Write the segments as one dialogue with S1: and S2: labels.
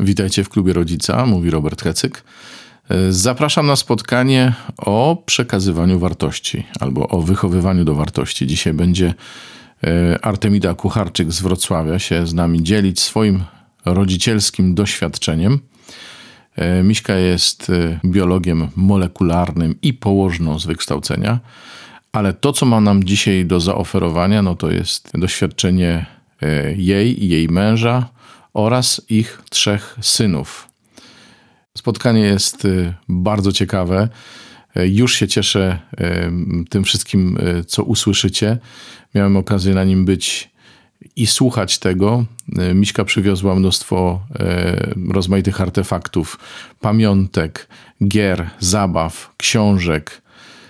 S1: Witajcie w Klubie Rodzica, mówi Robert Hecyk. Zapraszam na spotkanie o przekazywaniu wartości albo o wychowywaniu do wartości. Dzisiaj będzie Artemida Kucharczyk z Wrocławia się z nami dzielić swoim rodzicielskim doświadczeniem. Miśka jest biologiem molekularnym i położną z wykształcenia, ale to, co ma nam dzisiaj do zaoferowania, no to jest doświadczenie jej i jej męża oraz ich 3 synów. Spotkanie jest bardzo ciekawe. Już się cieszę tym wszystkim, co usłyszycie. Miałem okazję na nim być i słuchać tego. Miśka przywiozła mnóstwo rozmaitych artefaktów, pamiątek, gier, zabaw, książek,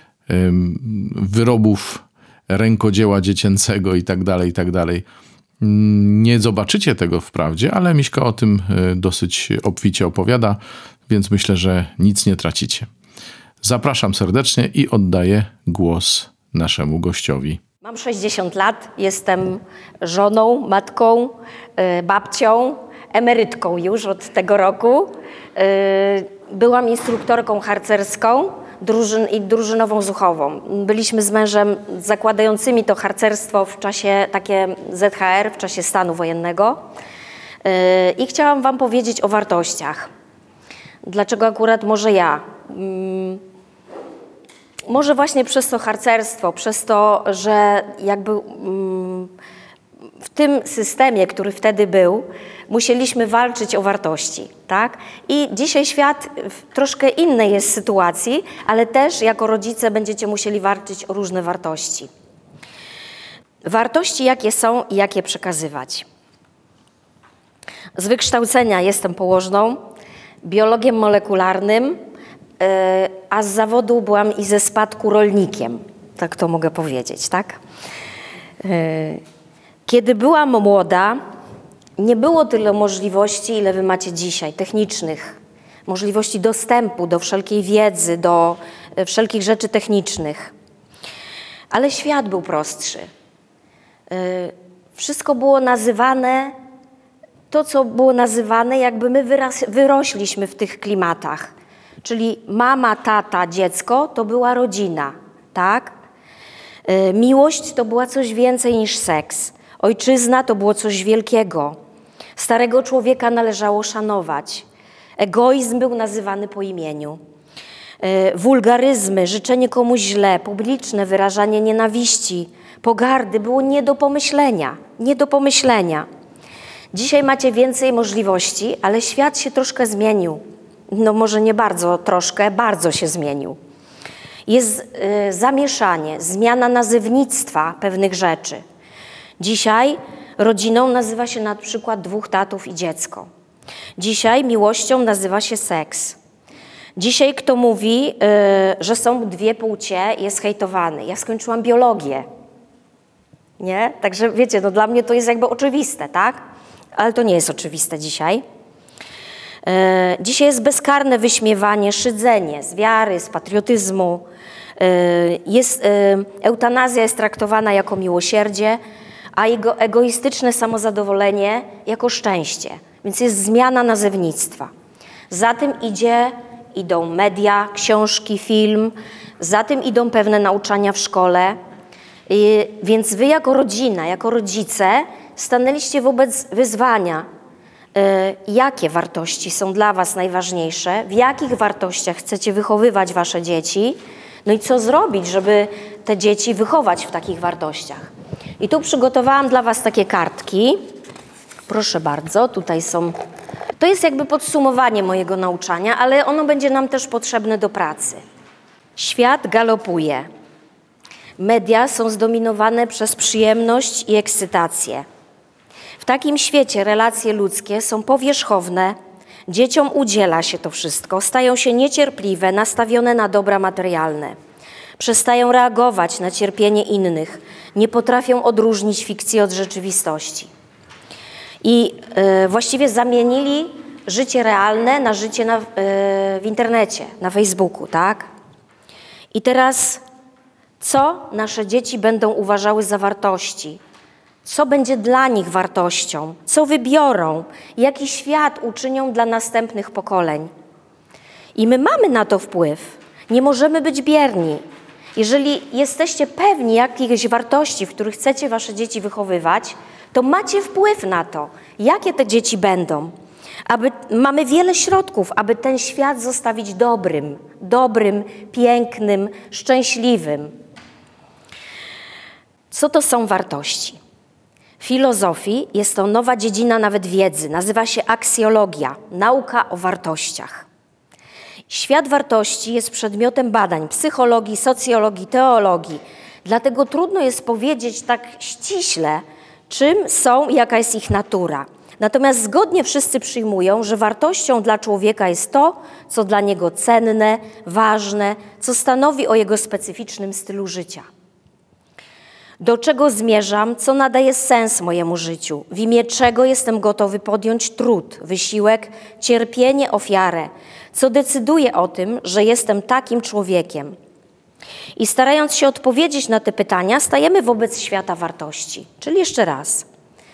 S1: wyrobów rękodzieła dziecięcego itd., itd. Nie zobaczycie tego wprawdzie, ale Miśka o tym dosyć obficie opowiada, więc myślę, że nic nie tracicie. Zapraszam serdecznie i oddaję głos naszemu gościowi.
S2: Mam 60 lat, jestem żoną, matką, babcią, emerytką już od tego roku. Byłam instruktorką harcerską i drużynową zuchową. Byliśmy z mężem zakładającymi to harcerstwo w czasie takie ZHR, w czasie stanu wojennego. I chciałam wam powiedzieć o wartościach. Dlaczego akurat może ja? Może właśnie przez to harcerstwo, przez to, że jakby w tym systemie, który wtedy był, musieliśmy walczyć o wartości, tak? I dzisiaj świat w troszkę innej jest sytuacji, ale też jako rodzice będziecie musieli walczyć o różne wartości. Wartości jakie są i jak je przekazywać. Z wykształcenia jestem położną, biologiem molekularnym, a z zawodu byłam i ze spadku rolnikiem, tak to mogę powiedzieć, tak? Kiedy byłam młoda, nie było tyle możliwości, ile wy macie dzisiaj, technicznych. Możliwości dostępu do wszelkiej wiedzy, do wszelkich rzeczy technicznych. Ale świat był prostszy. Wszystko było nazywane, to co było nazywane, jakby my wyrośliśmy w tych klimatach. Czyli mama, tata, dziecko to była rodzina, tak? Miłość to była coś więcej niż seks. Ojczyzna to było coś wielkiego. Starego człowieka należało szanować. Egoizm był nazywany po imieniu. Wulgaryzmy, życzenie komuś źle, publiczne wyrażanie nienawiści, pogardy było nie do pomyślenia. Nie do pomyślenia. Dzisiaj macie więcej możliwości, ale świat się troszkę zmienił. No może nie bardzo, troszkę, bardzo się zmienił. Jest zamieszanie, zmiana nazewnictwa pewnych rzeczy. Dzisiaj rodziną nazywa się na przykład 2 tatów i dziecko. Dzisiaj miłością nazywa się seks. Dzisiaj kto mówi, że są 2 płcie, jest hejtowany. Ja skończyłam biologię. Nie? Także wiecie, no dla mnie to jest jakby oczywiste, tak? Ale to nie jest oczywiste dzisiaj. Dzisiaj jest bezkarne wyśmiewanie, szydzenie z wiary, z patriotyzmu. Eutanazja jest traktowana jako miłosierdzie, a jego egoistyczne samozadowolenie jako szczęście. Więc jest zmiana nazewnictwa. Za tym idą media, książki, film, za tym idą pewne nauczania w szkole. Więc wy jako rodzina, jako rodzice stanęliście wobec wyzwania. Jakie wartości są dla was najważniejsze, w jakich wartościach chcecie wychowywać wasze dzieci, no i co zrobić, żeby te dzieci wychować w takich wartościach. I tu przygotowałam dla was takie kartki. Proszę bardzo, tutaj są. To jest jakby podsumowanie mojego nauczania, ale ono będzie nam też potrzebne do pracy. Świat galopuje. Media są zdominowane przez przyjemność i ekscytację. W takim świecie relacje ludzkie są powierzchowne, dzieciom udziela się to wszystko, stają się niecierpliwe, nastawione na dobra materialne. Przestają reagować na cierpienie innych, nie potrafią odróżnić fikcji od rzeczywistości. I właściwie zamienili życie realne na życie w internecie, na Facebooku, tak? I teraz co nasze dzieci będą uważały za wartości? co będzie dla nich wartością, co wybiorą, jaki świat uczynią dla następnych pokoleń. I my mamy na to wpływ. Nie możemy być bierni. Jeżeli jesteście pewni jakichś wartości, w których chcecie wasze dzieci wychowywać, to macie wpływ na to, jakie te dzieci będą. Mamy wiele środków, aby ten świat zostawić dobrym, pięknym, szczęśliwym. Co to są wartości? W filozofii jest to nowa dziedzina nawet wiedzy. Nazywa się aksjologia, nauka o wartościach. Świat wartości jest przedmiotem badań psychologii, socjologii, teologii. Dlatego trudno jest powiedzieć tak ściśle, czym są i jaka jest ich natura. Natomiast zgodnie wszyscy przyjmują, że wartością dla człowieka jest to, co dla niego cenne, ważne, co stanowi o jego specyficznym stylu życia. Do czego zmierzam, co nadaje sens mojemu życiu, w imię czego jestem gotowy podjąć trud, wysiłek, cierpienie, ofiarę, co decyduje o tym, że jestem takim człowiekiem. I starając się odpowiedzieć na te pytania, stajemy wobec świata wartości. Czyli jeszcze raz.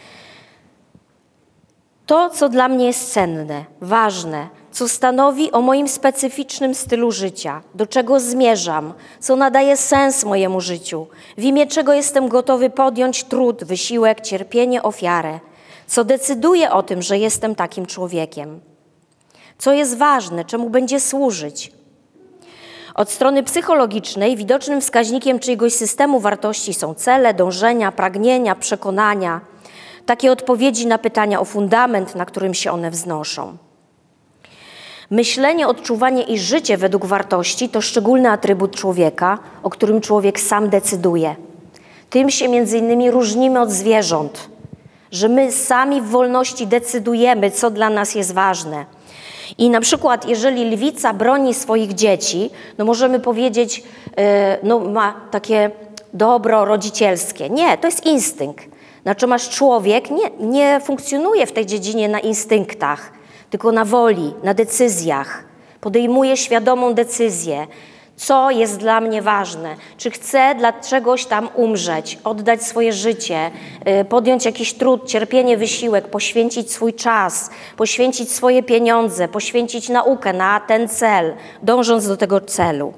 S2: To, co dla mnie jest cenne, ważne, co stanowi o moim specyficznym stylu życia, do czego zmierzam, co nadaje sens mojemu życiu, w imię czego jestem gotowy podjąć trud, wysiłek, cierpienie, ofiarę, co decyduje o tym, że jestem takim człowiekiem. Co jest ważne, czemu będzie służyć. Od strony psychologicznej widocznym wskaźnikiem czyjegoś systemu wartości są cele, dążenia, pragnienia, przekonania, takie odpowiedzi na pytania o fundament, na którym się one wznoszą. Myślenie, odczuwanie i życie według wartości to szczególny atrybut człowieka, o którym człowiek sam decyduje. Tym się między innymi różnimy od zwierząt, że my sami w wolności decydujemy, co dla nas jest ważne. I na przykład, jeżeli lwica broni swoich dzieci, no możemy powiedzieć, ma takie dobro rodzicielskie. Nie, to jest instynkt. Natomiast człowiek nie funkcjonuje w tej dziedzinie na instynktach, tylko na woli, na decyzjach. Podejmuje świadomą decyzję, co jest dla mnie ważne. Czy chcę dla czegoś tam umrzeć, oddać swoje życie, podjąć jakiś trud, cierpienie, wysiłek, poświęcić swój czas, poświęcić swoje pieniądze, poświęcić naukę na ten cel, dążąc do tego celu.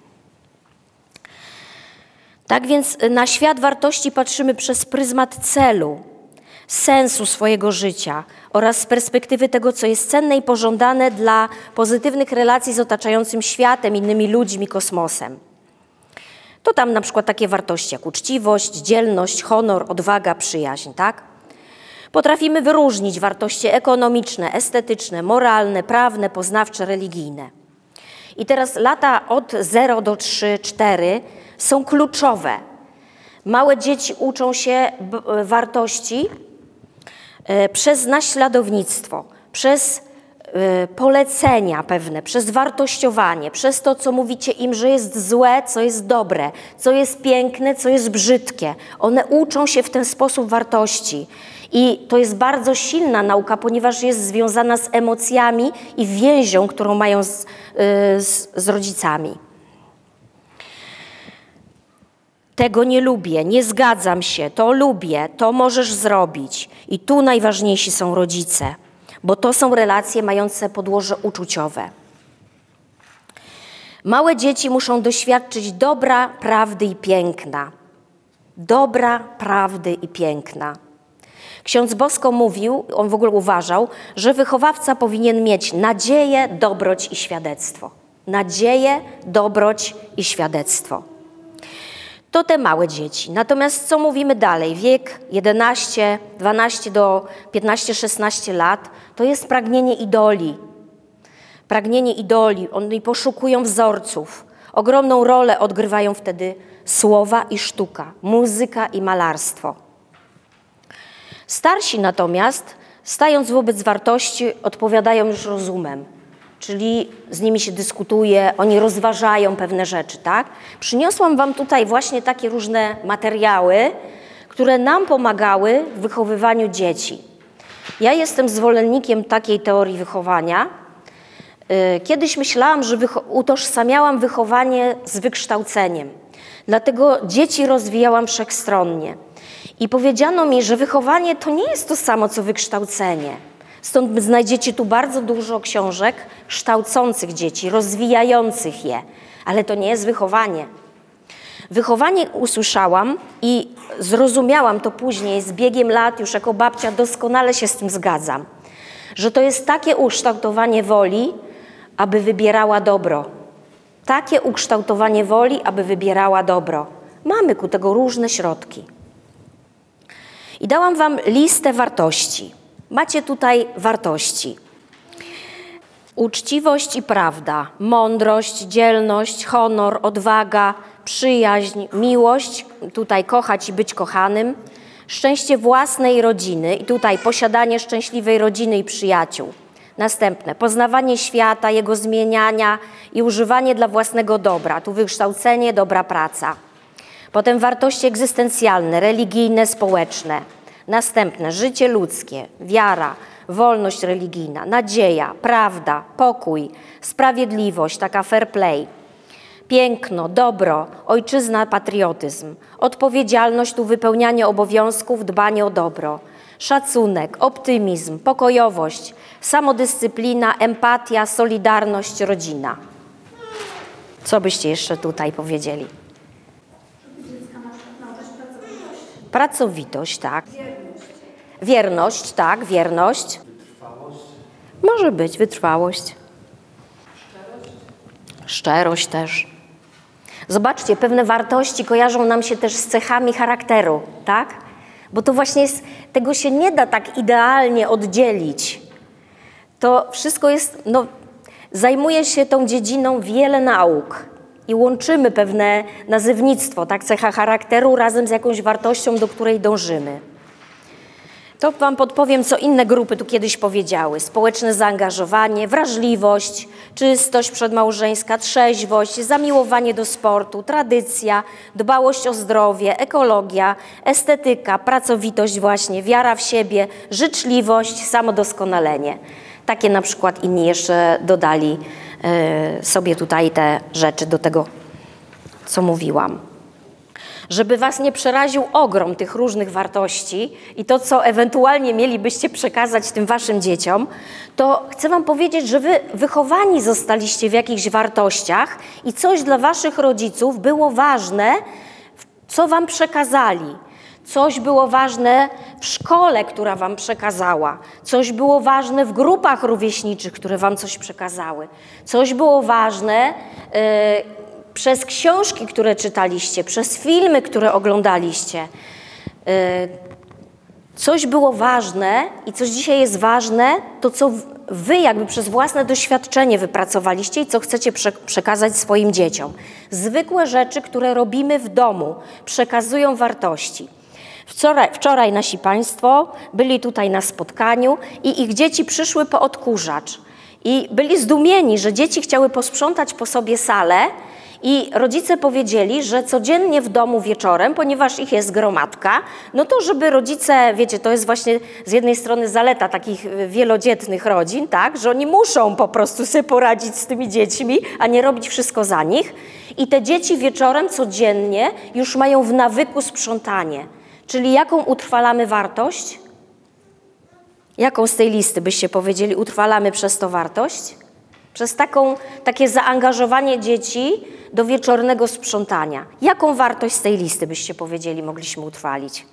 S2: Tak więc na świat wartości patrzymy przez pryzmat celu, sensu swojego życia oraz z perspektywy tego, co jest cenne i pożądane dla pozytywnych relacji z otaczającym światem, innymi ludźmi, kosmosem. To tam na przykład takie wartości jak uczciwość, dzielność, honor, odwaga, przyjaźń, tak? Potrafimy wyróżnić wartości ekonomiczne, estetyczne, moralne, prawne, poznawcze, religijne. I teraz lata od 0 do 3-4 są kluczowe. Małe dzieci uczą się wartości przez naśladownictwo, przez polecenia pewne, przez wartościowanie, przez to, co mówicie im, że jest złe, co jest dobre, co jest piękne, co jest brzydkie. One uczą się w ten sposób wartości. I to jest bardzo silna nauka, ponieważ jest związana z emocjami i więzią, którą mają z rodzicami. Tego nie lubię, nie zgadzam się, to lubię, to możesz zrobić. I tu najważniejsi są rodzice, bo to są relacje mające podłoże uczuciowe. Małe dzieci muszą doświadczyć dobra, prawdy i piękna. Dobra, prawdy i piękna. Ksiądz Bosko mówił, on w ogóle uważał, że wychowawca powinien mieć nadzieję, dobroć i świadectwo. Nadzieję, dobroć i świadectwo. To te małe dzieci. Natomiast co mówimy dalej? Wiek 11, 12 do 15-16 lat to jest pragnienie idoli. Pragnienie idoli. Oni poszukują wzorców. Ogromną rolę odgrywają wtedy słowa i sztuka, muzyka i malarstwo. Starsi natomiast, stając wobec wartości, odpowiadają już rozumem. Czyli z nimi się dyskutuje, oni rozważają pewne rzeczy, tak? Przyniosłam wam tutaj właśnie takie różne materiały, które nam pomagały w wychowywaniu dzieci. Ja jestem zwolennikiem takiej teorii wychowania. Kiedyś myślałam, że utożsamiałam wychowanie z wykształceniem. Dlatego dzieci rozwijałam wszechstronnie. I powiedziano mi, że wychowanie to nie jest to samo, co wykształcenie. Stąd znajdziecie tu bardzo dużo książek kształcących dzieci, rozwijających je, ale to nie jest wychowanie. Wychowanie usłyszałam i zrozumiałam to później, z biegiem lat, już jako babcia doskonale się z tym zgadzam, że to jest takie ukształtowanie woli, aby wybierała dobro. Takie ukształtowanie woli, aby wybierała dobro. Mamy ku tego różne środki. I dałam wam listę wartości. Macie tutaj wartości. Uczciwość i prawda, mądrość, dzielność, honor, odwaga, przyjaźń, miłość, tutaj kochać i być kochanym, szczęście własnej rodziny i tutaj posiadanie szczęśliwej rodziny i przyjaciół. Następne, poznawanie świata, jego zmieniania i używanie dla własnego dobra, tu wykształcenie, dobra praca. Potem wartości egzystencjalne, religijne, społeczne. Następne, życie ludzkie, wiara, wolność religijna, nadzieja, prawda, pokój, sprawiedliwość, taka fair play. Piękno, dobro, ojczyzna, patriotyzm, odpowiedzialność, tu wypełnianie obowiązków, dbanie o dobro, szacunek, optymizm, pokojowość, samodyscyplina, empatia, solidarność, rodzina. Co byście jeszcze tutaj powiedzieli? Pracowitość, tak. Wierność, tak, wierność. Może być, wytrwałość. Szczerość też. Zobaczcie, pewne wartości kojarzą nam się też z cechami charakteru, tak? Bo to właśnie jest, tego się nie da tak idealnie oddzielić. To wszystko jest, zajmuje się tą dziedziną wiele nauk i łączymy pewne nazewnictwo, tak, cecha charakteru razem z jakąś wartością, do której dążymy. To wam podpowiem, co inne grupy tu kiedyś powiedziały. Społeczne zaangażowanie, wrażliwość, czystość przedmałżeńska, trzeźwość, zamiłowanie do sportu, tradycja, dbałość o zdrowie, ekologia, estetyka, pracowitość właśnie, wiara w siebie, życzliwość, samodoskonalenie. Takie na przykład inni jeszcze dodali sobie tutaj te rzeczy do tego, co mówiłam. Żeby was nie przeraził ogrom tych różnych wartości i to, co ewentualnie mielibyście przekazać tym waszym dzieciom, to chcę wam powiedzieć, że wy wychowani zostaliście w jakichś wartościach i coś dla waszych rodziców było ważne, co wam przekazali. Coś było ważne w szkole, która wam przekazała. Coś było ważne w grupach rówieśniczych, które wam coś przekazały. Coś było ważne przez książki, które czytaliście, przez filmy, które oglądaliście. Coś było ważne i coś dzisiaj jest ważne, to co wy jakby przez własne doświadczenie wypracowaliście i co chcecie przekazać swoim dzieciom. Zwykłe rzeczy, które robimy w domu, przekazują wartości. Wczoraj nasi państwo byli tutaj na spotkaniu i ich dzieci przyszły po odkurzacz. I byli zdumieni, że dzieci chciały posprzątać po sobie salę i rodzice powiedzieli, że codziennie w domu wieczorem, ponieważ ich jest gromadka, no to żeby rodzice, wiecie, to jest właśnie z jednej strony zaleta takich wielodzietnych rodzin, tak, że oni muszą po prostu sobie poradzić z tymi dziećmi, a nie robić wszystko za nich. I te dzieci wieczorem codziennie już mają w nawyku sprzątanie. Czyli jaką utrwalamy wartość? Jaką z tej listy byście powiedzieli, utrwalamy przez to wartość? Przez takie zaangażowanie dzieci do wieczornego sprzątania. Jaką wartość z tej listy byście powiedzieli, mogliśmy utrwalić?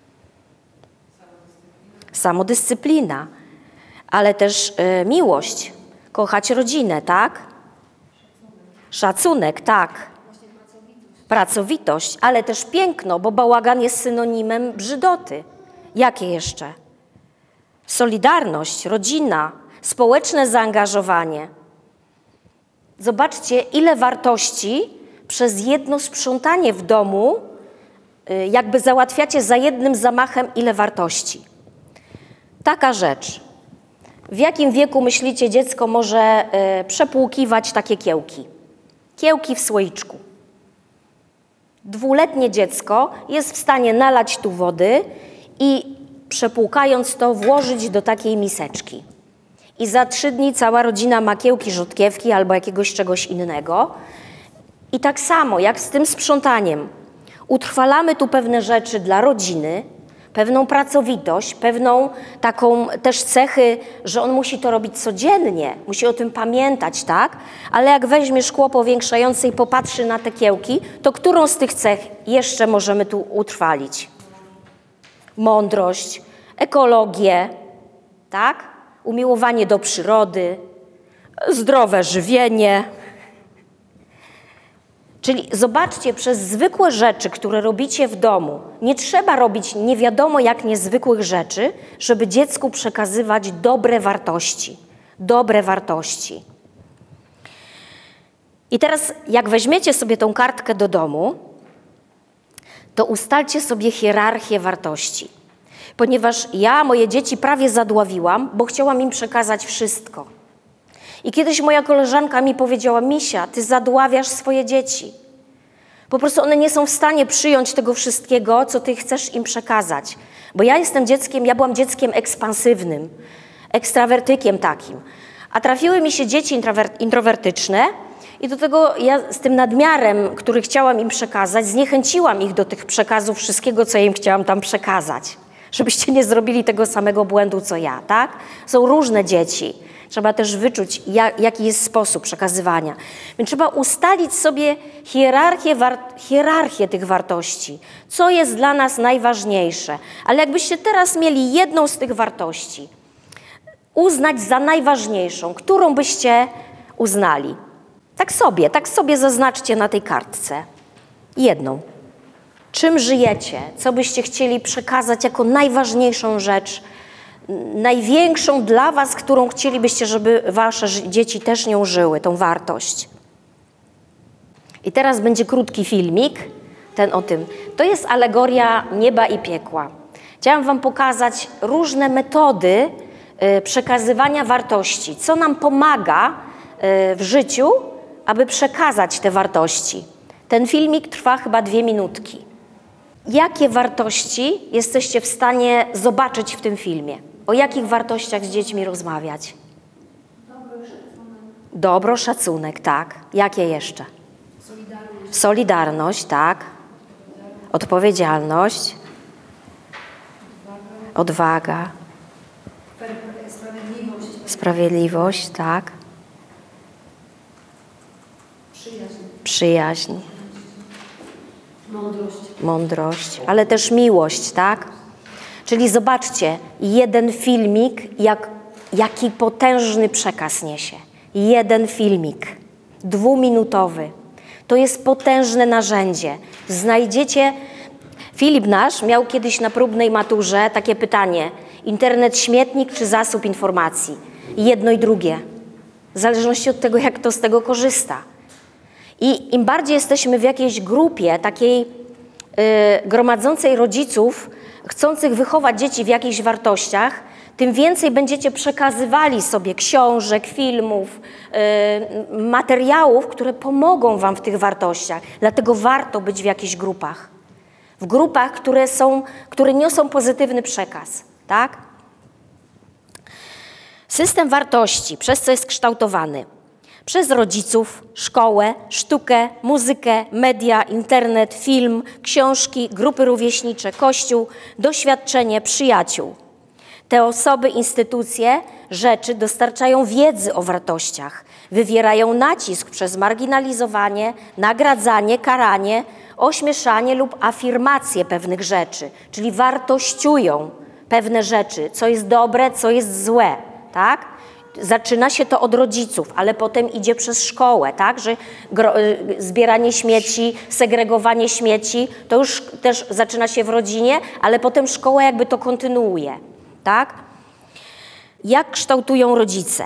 S2: Samodyscyplina, ale też miłość, kochać rodzinę, tak? Szacunek, tak. Pracowitość, ale też piękno, bo bałagan jest synonimem brzydoty. Jakie jeszcze? Solidarność, rodzina, społeczne zaangażowanie. Zobaczcie, ile wartości przez jedno sprzątanie w domu jakby załatwiacie za jednym zamachem, ile wartości. Taka rzecz. W jakim wieku myślicie, dziecko może przepłukiwać takie kiełki? Kiełki w słoiczku. 2-letnie dziecko jest w stanie nalać tu wody i przepłukając to włożyć do takiej miseczki. I za 3 dni cała rodzina ma kiełki, rzodkiewki albo jakiegoś czegoś innego. I tak samo jak z tym sprzątaniem. Utrwalamy tu pewne rzeczy dla rodziny, pewną pracowitość, pewną taką też cechy, że on musi to robić codziennie, musi o tym pamiętać, tak? Ale jak weźmie szkło powiększające i popatrzy na te kiełki, to którą z tych cech jeszcze możemy tu utrwalić? Mądrość, ekologię, tak? Umiłowanie do przyrody, zdrowe żywienie. Czyli zobaczcie, przez zwykłe rzeczy, które robicie w domu, nie trzeba robić nie wiadomo jak niezwykłych rzeczy, żeby dziecku przekazywać dobre wartości. Dobre wartości. I teraz jak weźmiecie sobie tą kartkę do domu, to ustalcie sobie hierarchię wartości. Ponieważ ja moje dzieci prawie zadławiłam, bo chciałam im przekazać wszystko. I kiedyś moja koleżanka mi powiedziała: Misia, ty zadławiasz swoje dzieci. Po prostu one nie są w stanie przyjąć tego wszystkiego, co ty chcesz im przekazać. Bo ja byłam dzieckiem ekspansywnym, ekstrawertykiem takim. A trafiły mi się dzieci introwertyczne i do tego ja z tym nadmiarem, który chciałam im przekazać, zniechęciłam ich do tych przekazów wszystkiego, co ja im chciałam tam przekazać. Żebyście nie zrobili tego samego błędu, co ja, tak? Są różne dzieci. Trzeba też wyczuć, jaki jest sposób przekazywania. Więc trzeba ustalić sobie hierarchię tych wartości. Co jest dla nas najważniejsze. Ale jakbyście teraz mieli jedną z tych wartości uznać za najważniejszą, którą byście uznali? Tak sobie zaznaczcie na tej kartce. Jedną. Czym żyjecie? Co byście chcieli przekazać jako najważniejszą rzecz, największą dla was, którą chcielibyście, żeby wasze dzieci też nią żyły, tą wartość. I teraz będzie krótki filmik, ten o tym. To jest alegoria nieba i piekła. Chciałam wam pokazać różne metody przekazywania wartości, co nam pomaga w życiu, aby przekazać te wartości. Ten filmik trwa chyba 2 minutki. Jakie wartości jesteście w stanie zobaczyć w tym filmie? O jakich wartościach z dziećmi rozmawiać? Dobro, szacunek, tak. Jakie jeszcze? Solidarność, tak. Odpowiedzialność. Odwaga. Sprawiedliwość, tak. Przyjaźń. Mądrość, ale też miłość, tak? Czyli zobaczcie, jeden filmik, jaki potężny przekaz niesie. Jeden filmik, 2-minutowy. To jest potężne narzędzie. Znajdziecie... Filip nasz miał kiedyś na próbnej maturze takie pytanie: internet śmietnik czy zasób informacji? Jedno i drugie. W zależności od tego, jak kto z tego korzysta. I im bardziej jesteśmy w jakiejś grupie takiej gromadzącej rodziców, chcących wychować dzieci w jakichś wartościach, tym więcej będziecie przekazywali sobie książek, filmów, materiałów, które pomogą wam w tych wartościach. Dlatego warto być w jakichś grupach. W grupach, które niosą pozytywny przekaz, tak? System wartości, przez co jest kształtowany? Przez rodziców, szkołę, sztukę, muzykę, media, internet, film, książki, grupy rówieśnicze, kościół, doświadczenie, przyjaciół. Te osoby, instytucje, rzeczy dostarczają wiedzy o wartościach, wywierają nacisk przez marginalizowanie, nagradzanie, karanie, ośmieszanie lub afirmację pewnych rzeczy, czyli wartościują pewne rzeczy, co jest dobre, co jest złe, tak? Zaczyna się to od rodziców, ale potem idzie przez szkołę, tak? Że zbieranie śmieci, segregowanie śmieci, to już też zaczyna się w rodzinie, ale potem szkoła jakby to kontynuuje, tak? Jak kształtują rodzice?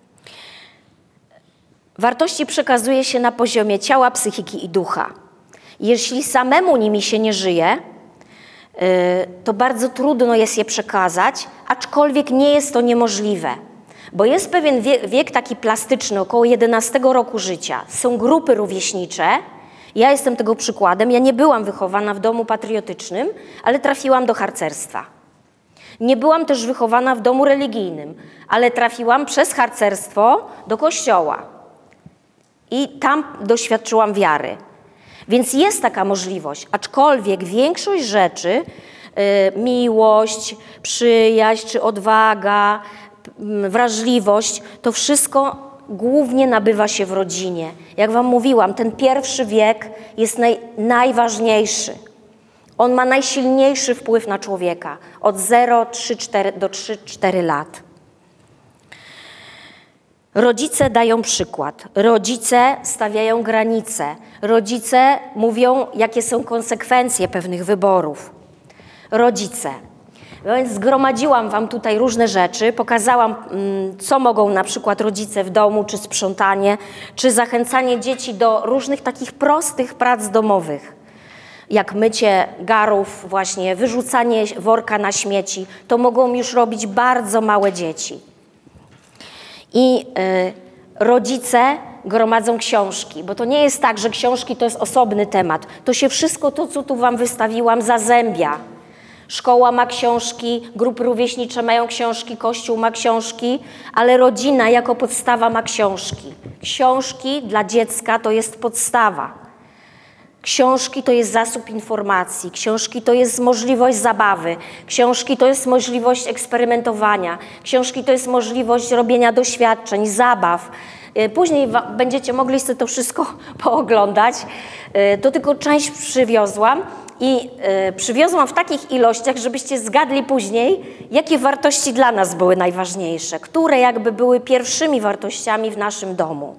S2: Wartości przekazuje się na poziomie ciała, psychiki i ducha. Jeśli samemu nimi się nie żyje, to bardzo trudno jest je przekazać, aczkolwiek nie jest to niemożliwe. Bo jest pewien wiek taki plastyczny, około 11 roku życia. Są grupy rówieśnicze. Ja jestem tego przykładem. Ja nie byłam wychowana w domu patriotycznym, ale trafiłam do harcerstwa. Nie byłam też wychowana w domu religijnym, ale trafiłam przez harcerstwo do kościoła. I tam doświadczyłam wiary. Więc jest taka możliwość, aczkolwiek większość rzeczy miłość, przyjaźń czy odwaga, wrażliwość, to wszystko głównie nabywa się w rodzinie. Jak wam mówiłam, ten pierwszy wiek jest najważniejszy. On ma najsilniejszy wpływ na człowieka od 0,3-4 do 3-4 lat. Rodzice dają przykład, rodzice stawiają granice, rodzice mówią, jakie są konsekwencje pewnych wyborów. Rodzice. Więc zgromadziłam wam tutaj różne rzeczy, pokazałam, co mogą na przykład rodzice w domu, czy sprzątanie, czy zachęcanie dzieci do różnych takich prostych prac domowych, jak mycie garów, właśnie wyrzucanie worka na śmieci. To mogą już robić bardzo małe dzieci. I rodzice gromadzą książki, bo to nie jest tak, że książki to jest osobny temat. To się wszystko, to co tu wam wystawiłam, zazębia. Szkoła ma książki, grupy rówieśnicze mają książki, Kościół ma książki, ale rodzina jako podstawa ma książki. Książki dla dziecka to jest podstawa. Książki to jest zasób informacji, książki to jest możliwość zabawy, książki to jest możliwość eksperymentowania, książki to jest możliwość robienia doświadczeń, zabaw. Później będziecie mogli sobie to wszystko pooglądać. To tylko część przywiozłam i przywiozłam w takich ilościach, żebyście zgadli później, jakie wartości dla nas były najważniejsze, które jakby były pierwszymi wartościami w naszym domu.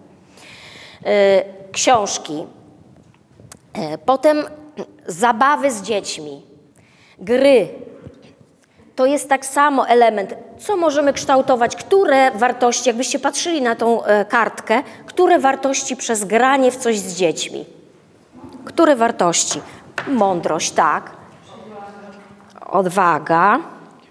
S2: Książki. Potem zabawy z dziećmi, gry. To jest tak samo element, co możemy kształtować, które wartości, jakbyście patrzyli na tą kartkę, które wartości przez granie w coś z dziećmi. Które wartości? Mądrość, tak. Odwaga.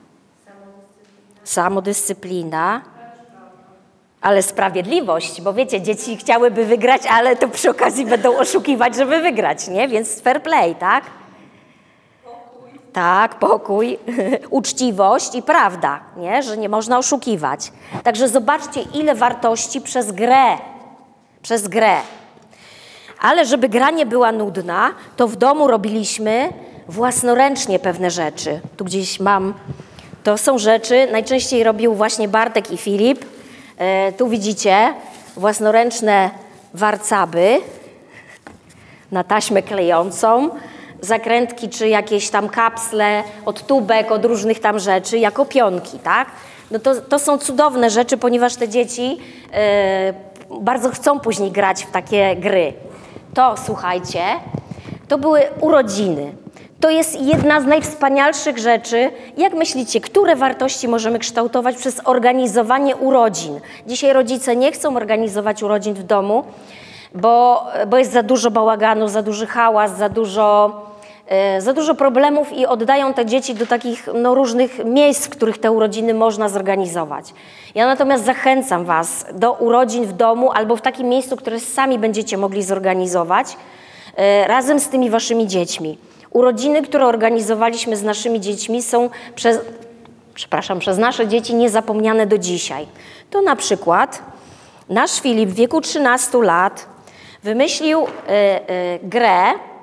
S2: Samodyscyplina. Ale sprawiedliwość, bo wiecie, dzieci chciałyby wygrać, ale to przy okazji będą oszukiwać, żeby wygrać, nie? Więc fair play, tak? Pokój. Tak, pokój, uczciwość i prawda, nie? Że nie można oszukiwać. Także zobaczcie, ile wartości przez grę. Przez grę. Ale żeby gra nie była nudna, to w domu robiliśmy własnoręcznie pewne rzeczy. Tu gdzieś mam, to są rzeczy, najczęściej robił właśnie Bartek i Filip. Tu widzicie własnoręczne warcaby na taśmę klejącą, zakrętki czy jakieś tam kapsle od tubek, od różnych tam rzeczy, jako pionki, tak? No to są cudowne rzeczy, ponieważ te dzieci bardzo chcą później grać w takie gry. To, słuchajcie, to były urodziny. To jest jedna z najwspanialszych rzeczy. Jak myślicie, które wartości możemy kształtować przez organizowanie urodzin? Dzisiaj rodzice nie chcą organizować urodzin w domu, bo jest za dużo bałaganu, za duży hałas, za dużo problemów i oddają te dzieci do takich różnych miejsc, w których te urodziny można zorganizować. Ja natomiast zachęcam was do urodzin w domu albo w takim miejscu, które sami będziecie mogli zorganizować razem z tymi waszymi dziećmi. Urodziny, które organizowaliśmy z naszymi dziećmi są przez nasze dzieci niezapomniane do dzisiaj. To na przykład nasz Filip w wieku 13 lat wymyślił grę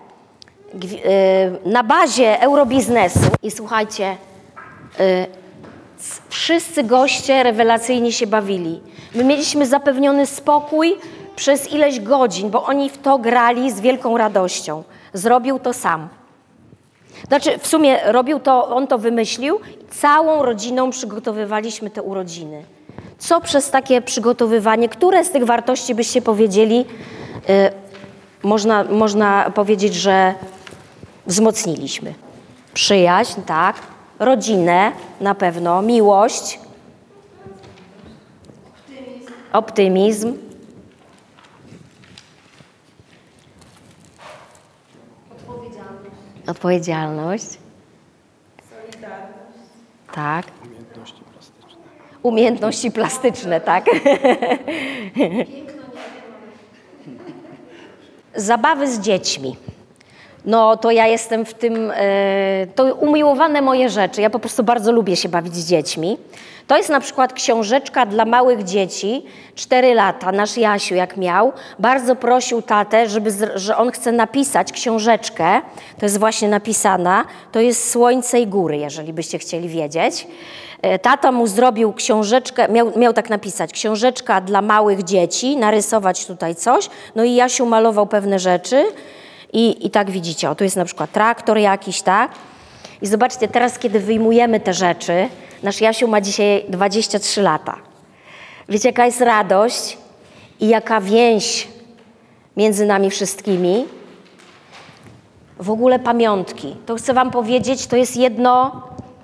S2: na bazie Eurobiznesu i słuchajcie, wszyscy goście rewelacyjnie się bawili. My mieliśmy zapewniony spokój przez ileś godzin, bo oni w to grali z wielką radością. Zrobił to sam. Znaczy, w sumie on to wymyślił i całą rodziną przygotowywaliśmy te urodziny. Co przez takie przygotowywanie, które z tych wartości byście powiedzieli, można powiedzieć, że wzmocniliśmy? Przyjaźń, tak. Rodzinę na pewno, miłość, optymizm. Odpowiedzialność. Solidarność. Tak.
S1: Umiejętności plastyczne.
S2: Umiejętności plastyczne, tak. Zabawy z dziećmi. No to ja jestem w tym, to umiłowane moje rzeczy. Ja po prostu bardzo lubię się bawić z dziećmi. To jest na przykład książeczka dla małych dzieci, 4 lata. Nasz Jasiu jak miał, bardzo prosił tatę, że on chce napisać książeczkę. To jest właśnie napisana. To jest Słońce i góry, jeżeli byście chcieli wiedzieć. Tata mu zrobił książeczkę, miał tak napisać, książeczka dla małych dzieci, narysować tutaj coś. No i Jasiu malował pewne rzeczy. I tak widzicie, o tu jest na przykład traktor jakiś, tak? I zobaczcie, teraz kiedy wyjmujemy te rzeczy, nasz Jasiu ma dzisiaj 23 lata. Wiecie, jaka jest radość i jaka więź między nami wszystkimi? W ogóle pamiątki. To chcę wam powiedzieć, to jest jedno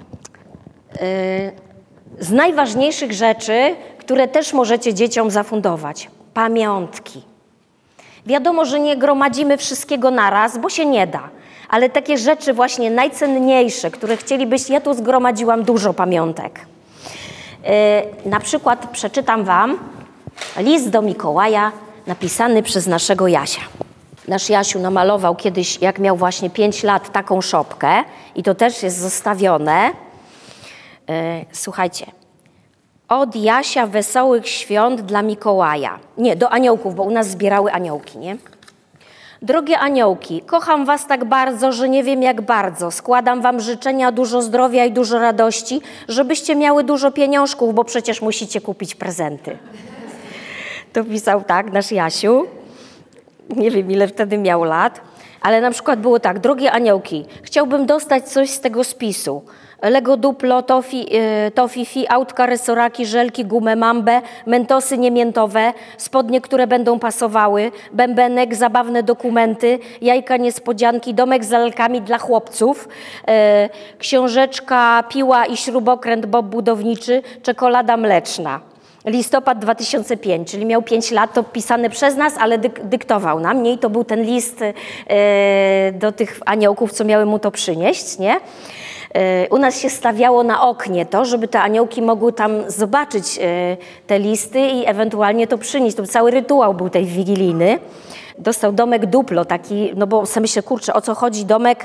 S2: z najważniejszych rzeczy, które też możecie dzieciom zafundować. Pamiątki. Wiadomo, że nie gromadzimy wszystkiego naraz, bo się nie da. Ale takie rzeczy właśnie najcenniejsze, które chcielibyście, ja tu zgromadziłam dużo pamiątek. Na przykład przeczytam wam list do Mikołaja napisany przez naszego Jasia. Nasz Jasiu namalował kiedyś, jak miał właśnie 5 lat, taką szopkę i to też jest zostawione. Słuchajcie. Od Jasia wesołych świąt dla Mikołaja. Nie, do aniołków, bo u nas zbierały aniołki, nie? Drogie aniołki, kocham was tak bardzo, że nie wiem jak bardzo. Składam wam życzenia, dużo zdrowia i dużo radości, żebyście miały dużo pieniążków, bo przecież musicie kupić prezenty. To pisał tak nasz Jasiu. Nie wiem, ile wtedy miał lat, ale na przykład było tak. Drogie aniołki, chciałbym dostać coś z tego spisu. Lego Duplo, Tofifi, autka, resoraki, żelki, gumę, mambę, mentosy niemiętowe, spodnie, które będą pasowały, bębenek, zabawne dokumenty, jajka niespodzianki, domek z lalkami dla chłopców, książeczka, piła i śrubokręt Bob budowniczy, czekolada mleczna. Listopad 2005, czyli miał 5 lat, to pisane przez nas, ale dyktował nam, nie? I to był ten list do tych aniołków, co miały mu to przynieść, nie? U nas się stawiało na oknie to, żeby te aniołki mogły tam zobaczyć te listy i ewentualnie to przynieść. To cały rytuał był tej wigilijny. Dostał domek Duplo, taki, no bo sobie myślę, kurczę, o co chodzi domek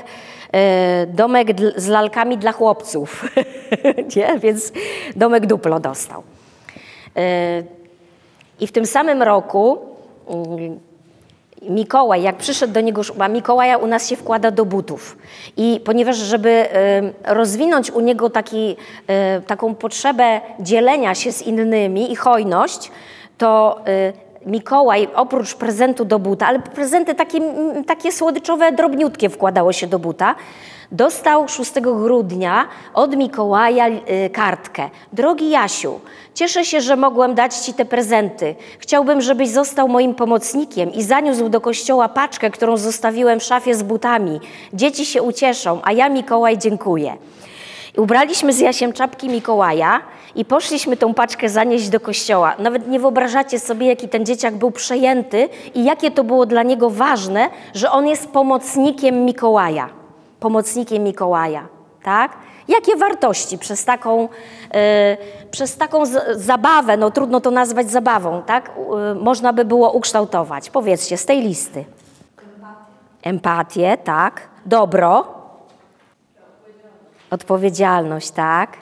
S2: z lalkami dla chłopców, nie? Więc domek Duplo dostał. I w tym samym roku Mikołaj, jak przyszedł do niego, a Mikołaja u nas się wkłada do butów. I ponieważ, żeby rozwinąć u niego taką potrzebę dzielenia się z innymi i hojność, to Mikołaj oprócz prezentu do buta, ale prezenty takie słodyczowe, drobniutkie wkładało się do buta, dostał 6 grudnia od Mikołaja kartkę. Drogi Jasiu, cieszę się, że mogłem dać ci te prezenty. Chciałbym, żebyś został moim pomocnikiem i zaniósł do kościoła paczkę, którą zostawiłem w szafie z butami. Dzieci się ucieszą, a ja, Mikołaj, dziękuję. Ubraliśmy z Jasiem czapki Mikołaja i poszliśmy tą paczkę zanieść do kościoła. Nawet nie wyobrażacie sobie, jaki ten dzieciak był przejęty i jakie to było dla niego ważne, że on jest pomocnikiem Mikołaja. Pomocnikiem Mikołaja, tak? Jakie wartości przez taką zabawę, no trudno to nazwać zabawą, tak? Można by było ukształtować. Powiedzcie, z tej listy. Empatię, tak. Dobro. Odpowiedzialność, tak.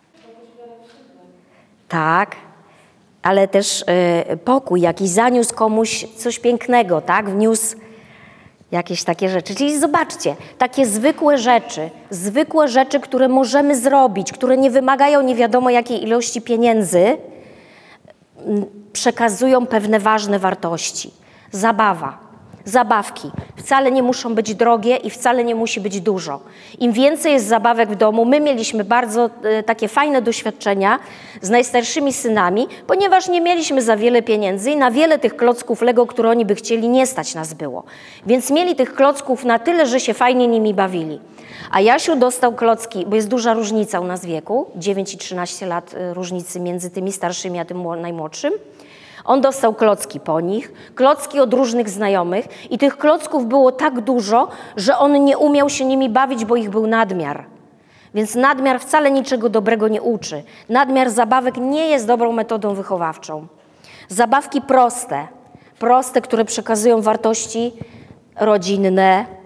S2: Tak. Ale też pokój, jakiś zaniósł komuś coś pięknego, tak? Wniósł jakieś takie rzeczy. Czyli zobaczcie, takie zwykłe rzeczy, które możemy zrobić, które nie wymagają nie wiadomo jakiej ilości pieniędzy, przekazują pewne ważne wartości. Zabawki wcale nie muszą być drogie i wcale nie musi być dużo. Im więcej jest zabawek w domu, my mieliśmy bardzo takie fajne doświadczenia z najstarszymi synami, ponieważ nie mieliśmy za wiele pieniędzy i na wiele tych klocków Lego, które oni by chcieli, nie stać nas było. Więc mieli tych klocków na tyle, że się fajnie nimi bawili. A Jasiu dostał klocki, bo jest duża różnica u nas wieku, 9 i 13 lat różnicy między tymi starszymi a tym najmłodszym. On dostał klocki po nich, klocki od różnych znajomych i tych klocków było tak dużo, że on nie umiał się nimi bawić, bo ich był nadmiar. Więc nadmiar wcale niczego dobrego nie uczy. Nadmiar zabawek nie jest dobrą metodą wychowawczą. Zabawki proste, które przekazują wartości rodzinne,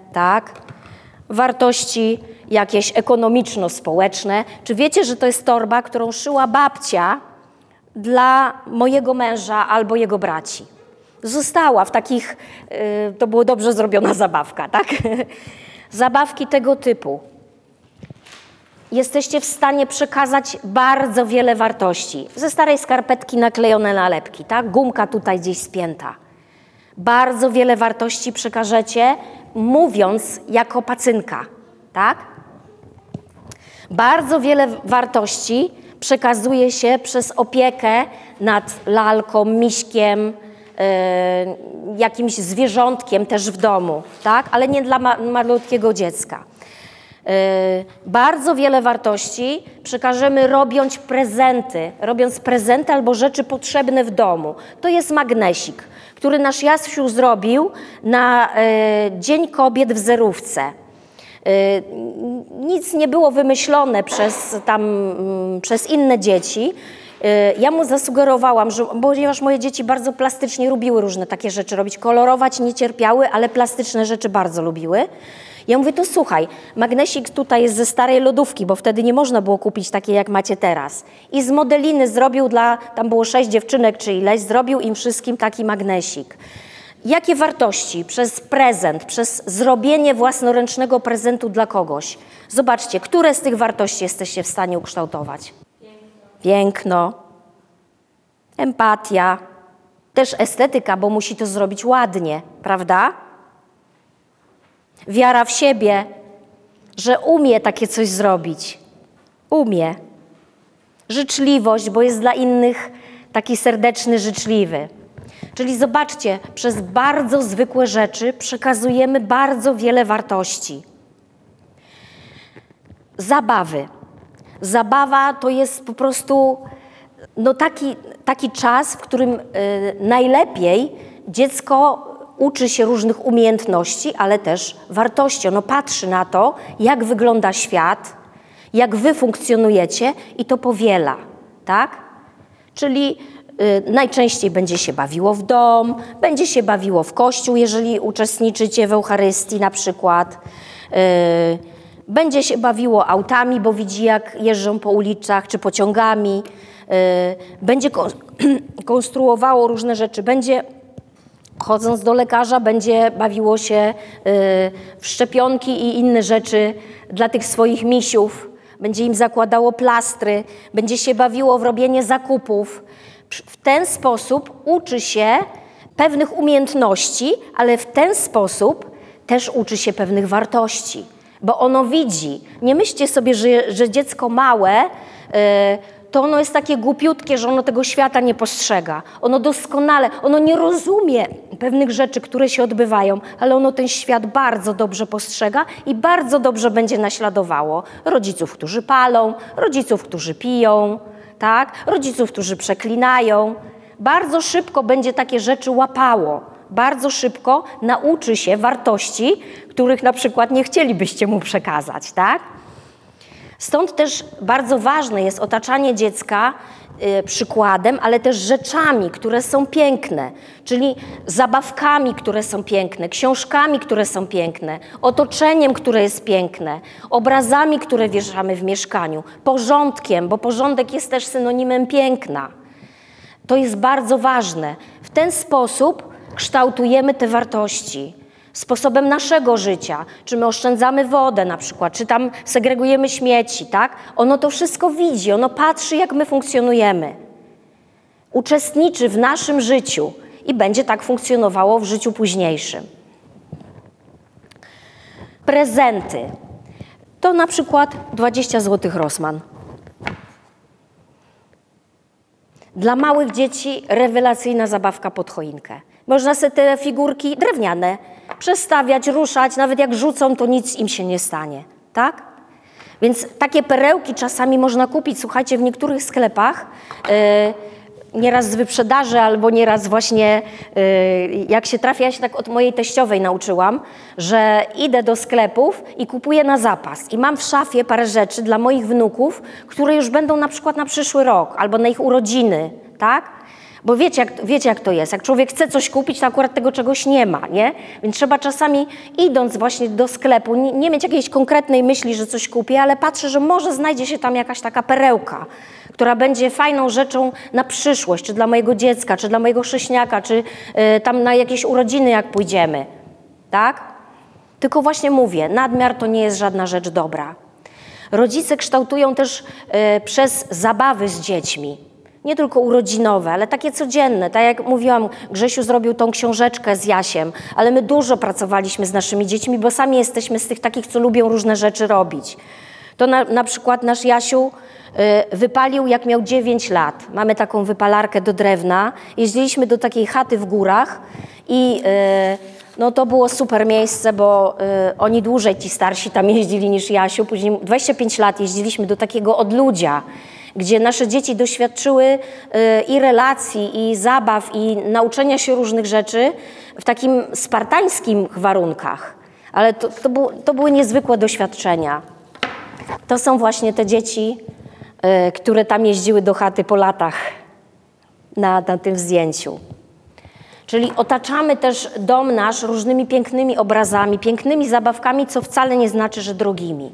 S2: tak? Wartości jakieś ekonomiczno-społeczne. Czy wiecie, że to jest torba, którą szyła babcia dla mojego męża albo jego braci? Została w takich, to była dobrze zrobiona zabawka, tak? Zabawki tego typu. Jesteście w stanie przekazać bardzo wiele wartości. Ze starej skarpetki naklejone nalepki, tak? Gumka tutaj gdzieś spięta. Bardzo wiele wartości przekażecie, mówiąc jako pacynka, tak? Bardzo wiele wartości przekazuje się przez opiekę nad lalką, miśkiem, jakimś zwierzątkiem też w domu, tak? Ale nie dla malutkiego dziecka. Bardzo wiele wartości przekażemy robiąc prezenty albo rzeczy potrzebne w domu. To jest magnesik, który nasz Jasiu zrobił na Dzień Kobiet w zerówce. Nic nie było wymyślone przez inne dzieci. Ja mu zasugerowałam, że ponieważ moje dzieci bardzo plastycznie lubiły różne takie rzeczy robić, kolorować nie cierpiały, ale plastyczne rzeczy bardzo lubiły. Ja mówię, to słuchaj, magnesik tutaj jest ze starej lodówki, bo wtedy nie można było kupić takiej, jak macie teraz. I z modeliny zrobił tam było 6 dziewczynek czy ileś, zrobił im wszystkim taki magnesik. Jakie wartości przez prezent, przez zrobienie własnoręcznego prezentu dla kogoś? Zobaczcie, które z tych wartości jesteście w stanie ukształtować? Piękno, empatia, też estetyka, bo musi to zrobić ładnie, prawda? Wiara w siebie, że umie takie coś zrobić. Umie. Życzliwość, bo jest dla innych taki serdeczny, życzliwy. Czyli zobaczcie, przez bardzo zwykłe rzeczy przekazujemy bardzo wiele wartości. Zabawy. Zabawa to jest po prostu taki czas, w którym najlepiej dziecko uczy się różnych umiejętności, ale też wartości. Ono patrzy na to, jak wygląda świat, jak wy funkcjonujecie i to powiela, tak? Czyli najczęściej będzie się bawiło w dom, będzie się bawiło w kościół, jeżeli uczestniczycie w Eucharystii na przykład. Będzie się bawiło autami, bo widzi, jak jeżdżą po ulicach czy pociągami. Będzie konstruowało różne rzeczy. Będzie, chodząc do lekarza, będzie bawiło się w szczepionki i inne rzeczy dla tych swoich misiów. Będzie im zakładało plastry. Będzie się bawiło w robienie zakupów. W ten sposób uczy się pewnych umiejętności, ale w ten sposób też uczy się pewnych wartości. Bo ono widzi. Nie myślcie sobie, że dziecko małe, to ono jest takie głupiutkie, że ono tego świata nie postrzega. Ono doskonale, ono nie rozumie pewnych rzeczy, które się odbywają, ale ono ten świat bardzo dobrze postrzega i bardzo dobrze będzie naśladowało rodziców, którzy palą, rodziców, którzy piją, tak? Rodziców, którzy przeklinają. Bardzo szybko będzie takie rzeczy łapało. Bardzo szybko nauczy się wartości, których na przykład nie chcielibyście mu przekazać, tak? Stąd też bardzo ważne jest otaczanie dziecka przykładem, ale też rzeczami, które są piękne, czyli zabawkami, które są piękne, książkami, które są piękne, otoczeniem, które jest piękne, obrazami, które wieszamy w mieszkaniu, porządkiem, bo porządek jest też synonimem piękna. To jest bardzo ważne. W ten sposób kształtujemy te wartości. Sposobem naszego życia, czy my oszczędzamy wodę na przykład, czy tam segregujemy śmieci, tak? Ono to wszystko widzi, ono patrzy, jak my funkcjonujemy. Uczestniczy w naszym życiu i będzie tak funkcjonowało w życiu późniejszym. Prezenty. To na przykład 20 zł Rossmann. Dla małych dzieci rewelacyjna zabawka pod choinkę. Można sobie te figurki drewniane przestawiać, ruszać, nawet jak rzucą, to nic im się nie stanie, tak? Więc takie perełki czasami można kupić, słuchajcie, w niektórych sklepach, nieraz z wyprzedaży albo nieraz właśnie, jak się trafia, ja się tak od mojej teściowej nauczyłam, że idę do sklepów i kupuję na zapas i mam w szafie parę rzeczy dla moich wnuków, które już będą na przykład na przyszły rok albo na ich urodziny, tak? Bo wiecie jak to jest. Jak człowiek chce coś kupić, to akurat tego czegoś nie ma, nie? Więc trzeba czasami, idąc właśnie do sklepu, nie mieć jakiejś konkretnej myśli, że coś kupię, ale patrzę, że może znajdzie się tam jakaś taka perełka, która będzie fajną rzeczą na przyszłość, czy dla mojego dziecka, czy dla mojego chrześniaka, czy tam na jakieś urodziny, jak pójdziemy. Tak? Tylko właśnie mówię, nadmiar to nie jest żadna rzecz dobra. Rodzice kształtują też przez zabawy z dziećmi. Nie tylko urodzinowe, ale takie codzienne. Tak jak mówiłam, Grzesiu zrobił tą książeczkę z Jasiem, ale my dużo pracowaliśmy z naszymi dziećmi, bo sami jesteśmy z tych takich, co lubią różne rzeczy robić. To na przykład nasz Jasiu wypalił, jak miał 9 lat. Mamy taką wypalarkę do drewna. Jeździliśmy do takiej chaty w górach i no to było super miejsce, bo oni dłużej, ci starsi, tam jeździli niż Jasiu. Później 25 lat jeździliśmy do takiego odludzia, gdzie nasze dzieci doświadczyły i relacji, i zabaw, i nauczenia się różnych rzeczy w takim spartańskich warunkach. Ale to były niezwykłe doświadczenia. To są właśnie te dzieci, które tam jeździły do chaty po latach na tym zdjęciu. Czyli otaczamy też dom nasz różnymi pięknymi obrazami, pięknymi zabawkami, co wcale nie znaczy, że drogimi.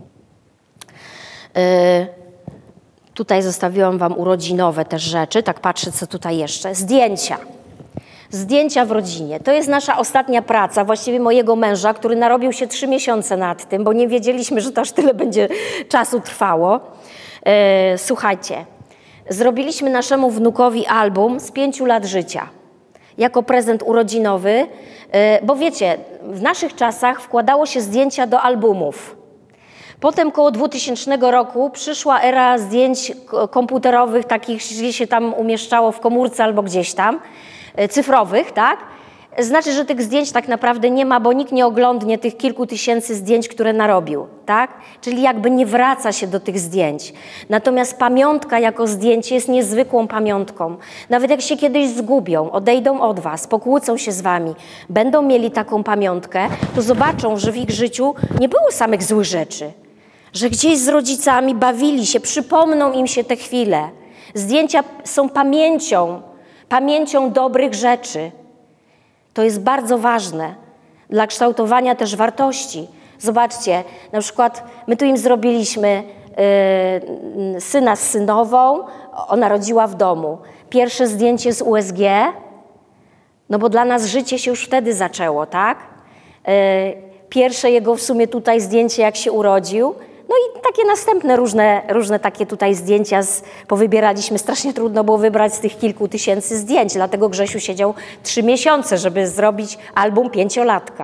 S2: Tutaj zostawiłam wam urodzinowe też rzeczy, tak patrzę, co tutaj jeszcze. Zdjęcia. Zdjęcia w rodzinie. To jest nasza ostatnia praca, właściwie mojego męża, który narobił się 3 miesiące nad tym, bo nie wiedzieliśmy, że to aż tyle będzie czasu trwało. Słuchajcie, zrobiliśmy naszemu wnukowi album z 5 lat życia jako prezent urodzinowy, bo wiecie, w naszych czasach wkładało się zdjęcia do albumów. Potem koło 2000 roku przyszła era zdjęć komputerowych, takich, gdzie się tam umieszczało w komórce albo gdzieś tam, cyfrowych, tak? Znaczy, że tych zdjęć tak naprawdę nie ma, bo nikt nie oglądnie tych kilku tysięcy zdjęć, które narobił, tak? Czyli jakby nie wraca się do tych zdjęć. Natomiast pamiątka jako zdjęcie jest niezwykłą pamiątką. Nawet jak się kiedyś zgubią, odejdą od was, pokłócą się z wami, będą mieli taką pamiątkę, to zobaczą, że w ich życiu nie było samych złych rzeczy. Że gdzieś z rodzicami bawili się, przypomną im się te chwile. Zdjęcia są pamięcią dobrych rzeczy. To jest bardzo ważne dla kształtowania też wartości. Zobaczcie, na przykład my tu im zrobiliśmy syna z synową, ona rodziła w domu. Pierwsze zdjęcie z USG, no bo dla nas życie się już wtedy zaczęło, tak? Pierwsze jego w sumie tutaj zdjęcie, jak się urodził. No i takie następne różne takie tutaj zdjęcia powybieraliśmy. Strasznie trudno było wybrać z tych kilku tysięcy zdjęć, dlatego Grzesiu siedział 3 miesiące, żeby zrobić album 5-latka.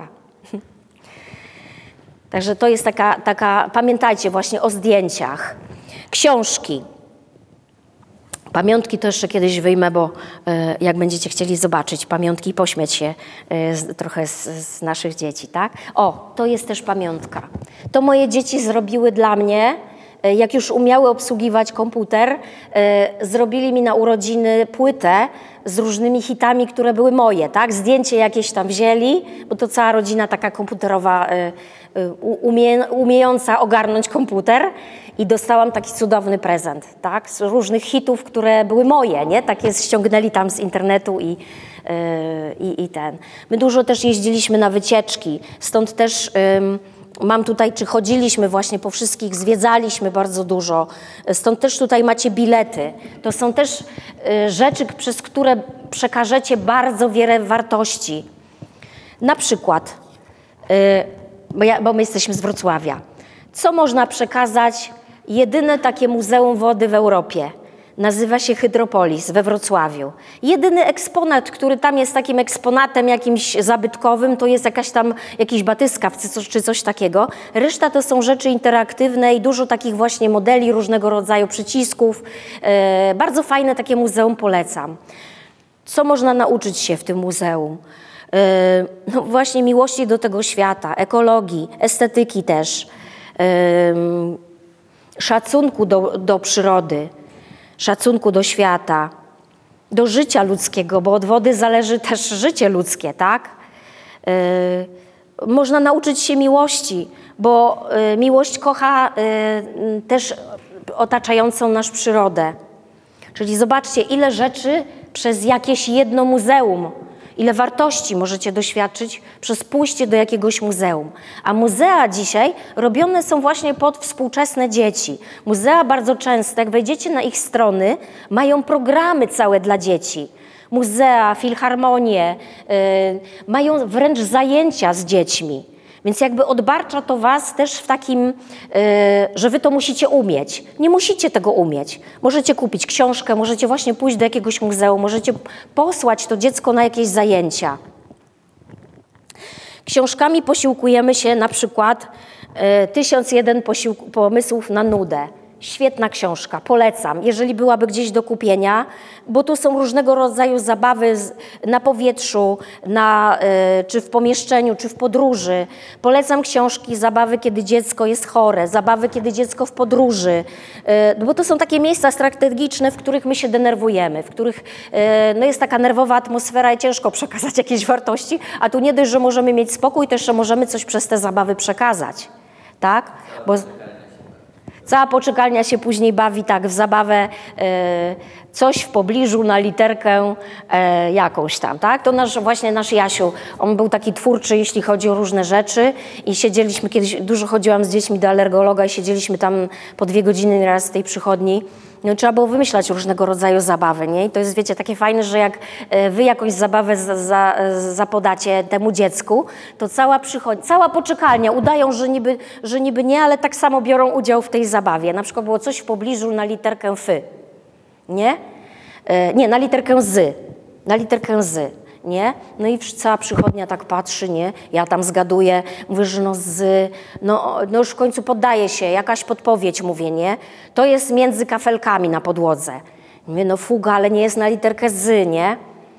S2: Także to jest taka, pamiętajcie właśnie o zdjęciach. Książki. Pamiątki to jeszcze kiedyś wyjmę, bo jak będziecie chcieli zobaczyć pamiątki i pośmiać się trochę z naszych dzieci, tak? O, to jest też pamiątka. To moje dzieci zrobiły dla mnie, jak już umiały obsługiwać komputer, zrobili mi na urodziny płytę z różnymi hitami, które były moje, tak? Zdjęcie jakieś tam wzięli, bo to cała rodzina taka komputerowa, umiejąca ogarnąć komputer. I dostałam taki cudowny prezent, tak? Z różnych hitów, które były moje, nie? Takie ściągnęli tam z internetu i ten. My dużo też jeździliśmy na wycieczki, stąd też mam tutaj, czy chodziliśmy właśnie po wszystkich, zwiedzaliśmy bardzo dużo, stąd też tutaj macie bilety. To są też rzeczy, przez które przekażecie bardzo wiele wartości. Na przykład, bo my jesteśmy z Wrocławia, co można przekazać? Jedyne takie muzeum wody w Europie. Nazywa się Hydropolis we Wrocławiu. Jedyny eksponat, który tam jest takim eksponatem jakimś zabytkowym, to jest jakiś batyskaw czy coś takiego. Reszta to są rzeczy interaktywne i dużo takich właśnie modeli, różnego rodzaju przycisków. Bardzo fajne takie muzeum, polecam. Co można nauczyć się w tym muzeum? No właśnie miłości do tego świata, ekologii, estetyki też. Szacunku do przyrody, szacunku do świata, do życia ludzkiego, bo od wody zależy też życie ludzkie, tak? Można nauczyć się miłości, bo miłość kocha też otaczającą nas przyrodę. Czyli zobaczcie, ile rzeczy przez jakieś jedno muzeum. Ile wartości możecie doświadczyć przez pójście do jakiegoś muzeum. A muzea dzisiaj robione są właśnie pod współczesne dzieci. Muzea bardzo często, jak wejdziecie na ich strony, mają programy całe dla dzieci. Muzea, filharmonie, mają wręcz zajęcia z dziećmi. Więc jakby odbarcza to was też w takim, że wy to musicie umieć. Nie musicie tego umieć. Możecie kupić książkę, możecie właśnie pójść do jakiegoś muzeum, możecie posłać to dziecko na jakieś zajęcia. Książkami posiłkujemy się na przykład 1001 pomysłów na nudę. Świetna książka, polecam, jeżeli byłaby gdzieś do kupienia, bo tu są różnego rodzaju zabawy na powietrzu, czy w pomieszczeniu, czy w podróży. Polecam książki, zabawy, kiedy dziecko jest chore, zabawy, kiedy dziecko w podróży, bo to są takie miejsca strategiczne, w których my się denerwujemy, w których jest taka nerwowa atmosfera i ciężko przekazać jakieś wartości, a tu nie dość, że możemy mieć spokój, to jeszcze możemy coś przez te zabawy przekazać, tak? Bo cała poczekalnia się później bawi tak w zabawę, coś w pobliżu na literkę jakąś tam, tak? To nasz Jasiu, on był taki twórczy, jeśli chodzi o różne rzeczy i siedzieliśmy kiedyś, dużo chodziłam z dziećmi do alergologa i siedzieliśmy tam po 2 godziny nieraz w tej przychodni. No, trzeba było wymyślać różnego rodzaju zabawy, nie? I to jest, wiecie, takie fajne, że jak wy jakąś zabawę zapodacie temu dziecku, to cała poczekalnia udają, że niby nie, ale tak samo biorą udział w tej zabawie. Na przykład było coś w pobliżu na literkę fy, nie? Nie, na literkę z, nie? No i cała przychodnia tak patrzy, nie? Ja tam zgaduję, mówię, że no już w końcu poddaję się, jakaś podpowiedź mówię, nie? To jest między kafelkami na podłodze. Mówię, no fuga, ale nie jest na literkę z, nie?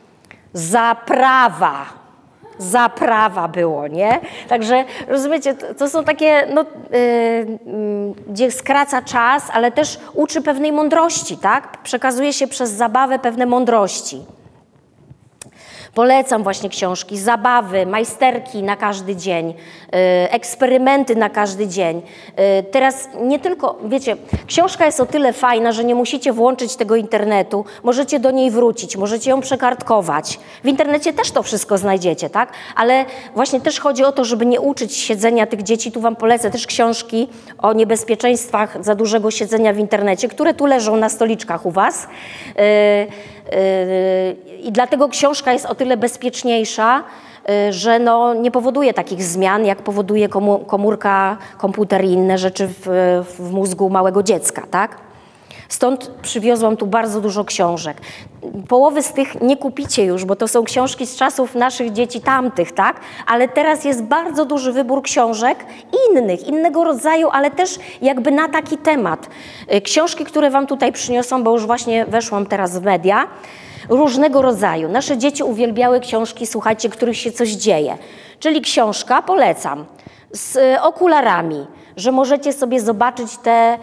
S2: Zaprawa było, nie? Także, rozumiecie, to są takie, gdzie skraca czas, ale też uczy pewnej mądrości, tak? Przekazuje się przez zabawę pewne mądrości. Polecam właśnie książki, zabawy, majsterki na każdy dzień, eksperymenty na każdy dzień. Teraz nie tylko, wiecie, książka jest o tyle fajna, że nie musicie włączyć tego internetu, możecie do niej wrócić, możecie ją przekartkować. W internecie też to wszystko znajdziecie, tak? Ale właśnie też chodzi o to, żeby nie uczyć siedzenia tych dzieci. Tu wam polecę też książki o niebezpieczeństwach za dużego siedzenia w internecie, które tu leżą na stoliczkach u was. I dlatego książka jest o tyle bezpieczniejsza, że nie powoduje takich zmian, jak powoduje komórka, komputer i inne rzeczy w mózgu małego dziecka, tak? Stąd przywiozłam tu bardzo dużo książek. Połowy z tych nie kupicie już, bo to są książki z czasów naszych dzieci tamtych, tak? Ale teraz jest bardzo duży wybór książek innego rodzaju, ale też jakby na taki temat. Książki, które wam tutaj przyniosą, bo już właśnie weszłam teraz w media, różnego rodzaju. Nasze dzieci uwielbiały książki, słuchajcie, których się coś dzieje. Czyli książka, polecam, z okularami, że możecie sobie zobaczyć te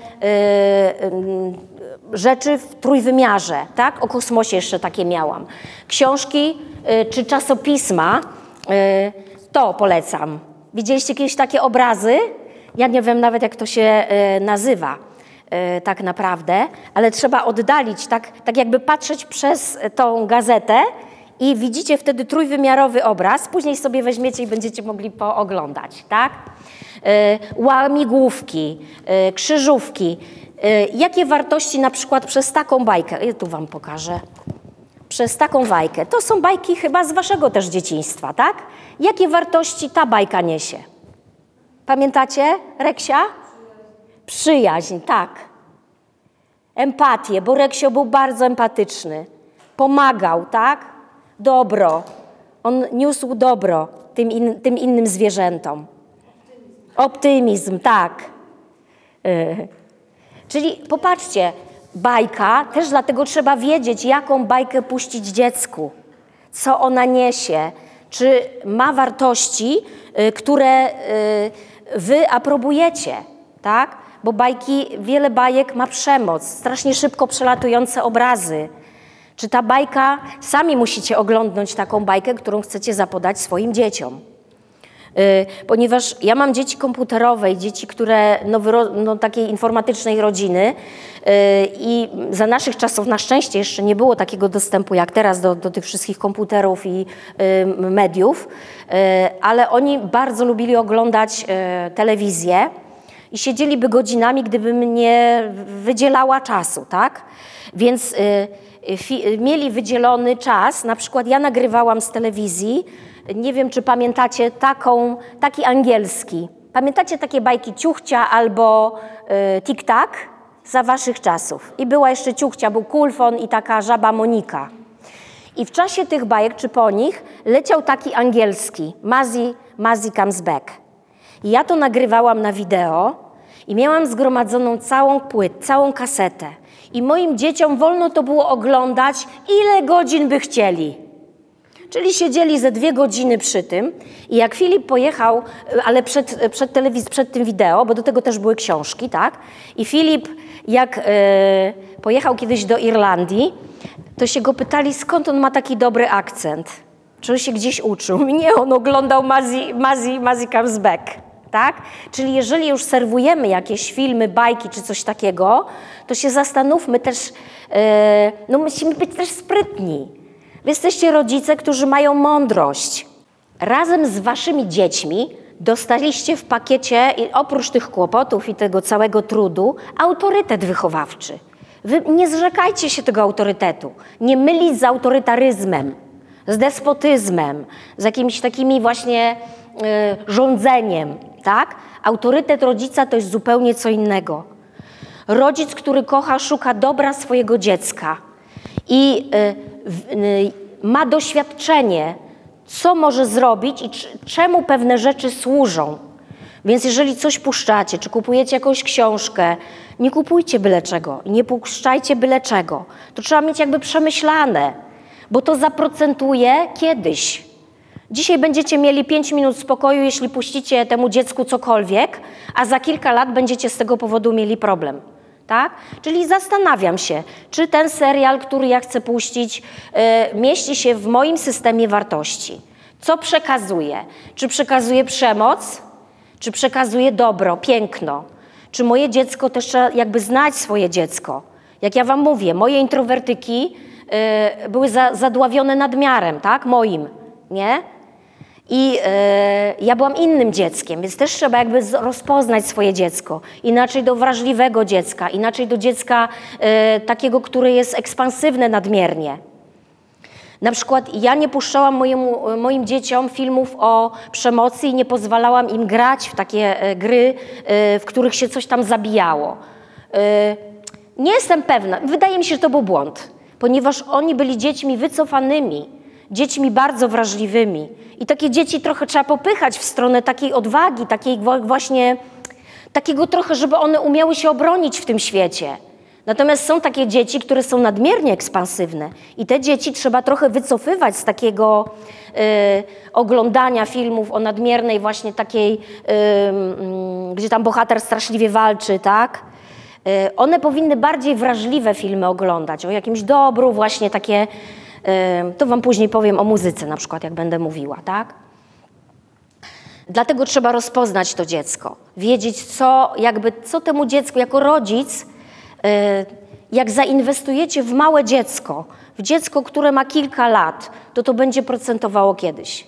S2: rzeczy w trójwymiarze, tak? O kosmosie jeszcze takie miałam. Książki czy czasopisma, to polecam. Widzieliście kiedyś takie obrazy? Ja nie wiem nawet, jak to się nazywa tak naprawdę, ale trzeba oddalić, tak jakby patrzeć przez tą gazetę i widzicie wtedy trójwymiarowy obraz, później sobie weźmiecie i będziecie mogli pooglądać, tak? Łamigłówki, krzyżówki. Jakie wartości na przykład przez taką bajkę, ja tu wam pokażę, przez taką bajkę, to są bajki chyba z waszego też dzieciństwa, tak? Jakie wartości ta bajka niesie? Pamiętacie, Reksia? Przyjaźń, tak. Empatię, bo Reksio był bardzo empatyczny. Pomagał, tak? Dobro. On niósł dobro tym innym zwierzętom. Optymizm, tak. Czyli popatrzcie, bajka, też dlatego trzeba wiedzieć, jaką bajkę puścić dziecku, co ona niesie, czy ma wartości, które wy aprobujecie, tak? Bo wiele bajek ma przemoc, strasznie szybko przelatujące obrazy. Czy ta bajka, sami musicie oglądnąć taką bajkę, którą chcecie zapodać swoim dzieciom. Ponieważ ja mam dzieci komputerowe i dzieci, które takiej informatycznej rodziny i za naszych czasów na szczęście jeszcze nie było takiego dostępu jak teraz do tych wszystkich komputerów i mediów, ale oni bardzo lubili oglądać telewizję i siedzieliby godzinami, gdybym nie wydzielała czasu, tak? Więc mieli wydzielony czas, na przykład ja nagrywałam z telewizji, nie wiem, czy pamiętacie taki angielski. Pamiętacie takie bajki Ciuchcia albo Tik-Tak za waszych czasów? I była jeszcze Ciuchcia, był Kulfon i taka żaba Monika. I w czasie tych bajek, czy po nich, leciał taki angielski, Mazzy Comes Back. I ja to nagrywałam na wideo i miałam zgromadzoną całą kasetę. I moim dzieciom wolno to było oglądać, ile godzin by chcieli. Czyli siedzieli ze 2 godziny przy tym i jak Filip pojechał, ale przed tym wideo, bo do tego też były książki, tak? I Filip jak pojechał kiedyś do Irlandii, to się go pytali, skąd on ma taki dobry akcent. Czy on się gdzieś uczył? Nie, on oglądał Mazzy Comes Back, tak? Czyli jeżeli już serwujemy jakieś filmy, bajki czy coś takiego, to się zastanówmy też, musimy być też sprytni. Wy jesteście rodzice, którzy mają mądrość. Razem z waszymi dziećmi dostaliście w pakiecie, oprócz tych kłopotów i tego całego trudu, autorytet wychowawczy. Wy nie zrzekajcie się tego autorytetu. Nie mylić z autorytaryzmem, z despotyzmem, z jakimiś takimi właśnie rządzeniem, tak? Autorytet rodzica to jest zupełnie co innego. Rodzic, który kocha, szuka dobra swojego dziecka i ma doświadczenie, co może zrobić i czemu pewne rzeczy służą. Więc jeżeli coś puszczacie, czy kupujecie jakąś książkę, nie kupujcie byle czego i nie puszczajcie byle czego. To trzeba mieć jakby przemyślane, bo to zaprocentuje kiedyś. Dzisiaj będziecie mieli 5 minut spokoju, jeśli puścicie temu dziecku cokolwiek, a za kilka lat będziecie z tego powodu mieli problem. Tak? Czyli zastanawiam się, czy ten serial, który ja chcę puścić, mieści się w moim systemie wartości. Co przekazuje? Czy przekazuje przemoc? Czy przekazuje dobro, piękno? Czy moje dziecko też trzeba jakby znać swoje dziecko? Jak ja wam mówię, moje introwertyki były zadławione nadmiarem, tak? Moim, nie? I ja byłam innym dzieckiem, więc też trzeba jakby rozpoznać swoje dziecko. Inaczej do wrażliwego dziecka, inaczej do dziecka takiego, które jest ekspansywne nadmiernie. Na przykład ja nie puszczałam moim dzieciom filmów o przemocy i nie pozwalałam im grać w takie gry, w których się coś tam zabijało. Nie jestem pewna, wydaje mi się, że to był błąd, ponieważ oni byli dziećmi wycofanymi, dziećmi bardzo wrażliwymi. I takie dzieci trochę trzeba popychać w stronę takiej odwagi, takiej właśnie, takiego trochę, żeby one umiały się obronić w tym świecie. Natomiast są takie dzieci, które są nadmiernie ekspansywne i te dzieci trzeba trochę wycofywać z takiego oglądania filmów o nadmiernej właśnie takiej, gdzie tam bohater straszliwie walczy, tak? One powinny bardziej wrażliwe filmy oglądać, o jakimś dobru, właśnie takie, to wam później powiem o muzyce na przykład, jak będę mówiła, tak? Dlatego trzeba rozpoznać to dziecko, wiedzieć co temu dziecku jako rodzic, jak zainwestujecie w małe dziecko, w dziecko, które ma kilka lat, to będzie procentowało kiedyś.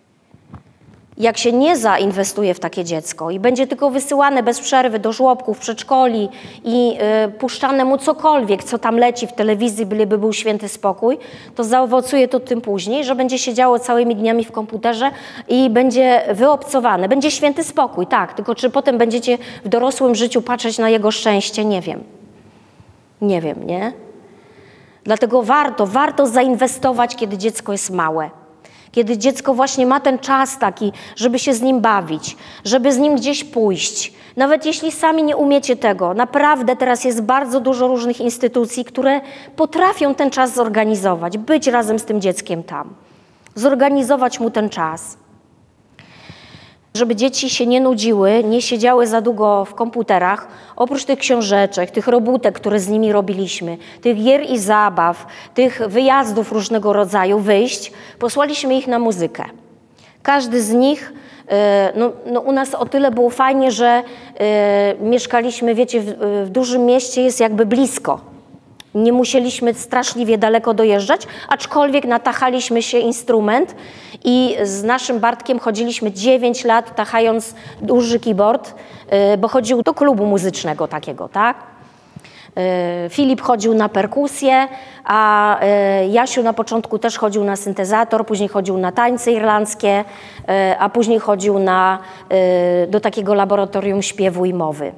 S2: Jak się nie zainwestuje w takie dziecko i będzie tylko wysyłane bez przerwy do żłobków, przedszkoli i puszczane mu cokolwiek, co tam leci w telewizji, byleby był święty spokój, to zaowocuje to tym później, że będzie siedziało całymi dniami w komputerze i będzie wyobcowane. Będzie święty spokój, tak, tylko czy potem będziecie w dorosłym życiu patrzeć na jego szczęście, nie wiem. Nie wiem, nie? Dlatego warto zainwestować, kiedy dziecko jest małe. Kiedy dziecko właśnie ma ten czas taki, żeby się z nim bawić, żeby z nim gdzieś pójść. Nawet jeśli sami nie umiecie tego, naprawdę teraz jest bardzo dużo różnych instytucji, które potrafią ten czas zorganizować, być razem z tym dzieckiem tam. Zorganizować mu ten czas. Żeby dzieci się nie nudziły, nie siedziały za długo w komputerach, oprócz tych książeczek, tych robótek, które z nimi robiliśmy, tych gier i zabaw, tych wyjazdów różnego rodzaju, wyjść, posłaliśmy ich na muzykę. Każdy z nich No u nas o tyle było fajnie, że mieszkaliśmy, wiecie, w dużym mieście jest jakby blisko. Nie musieliśmy straszliwie daleko dojeżdżać, aczkolwiek natachaliśmy się instrument i z naszym Bartkiem chodziliśmy 9 lat tachając duży keyboard, bo chodził do klubu muzycznego takiego, tak? Filip chodził na perkusję, a Jasiu na początku też chodził na syntezator, później chodził na tańce irlandzkie, a później chodził do takiego laboratorium śpiewu i mowy.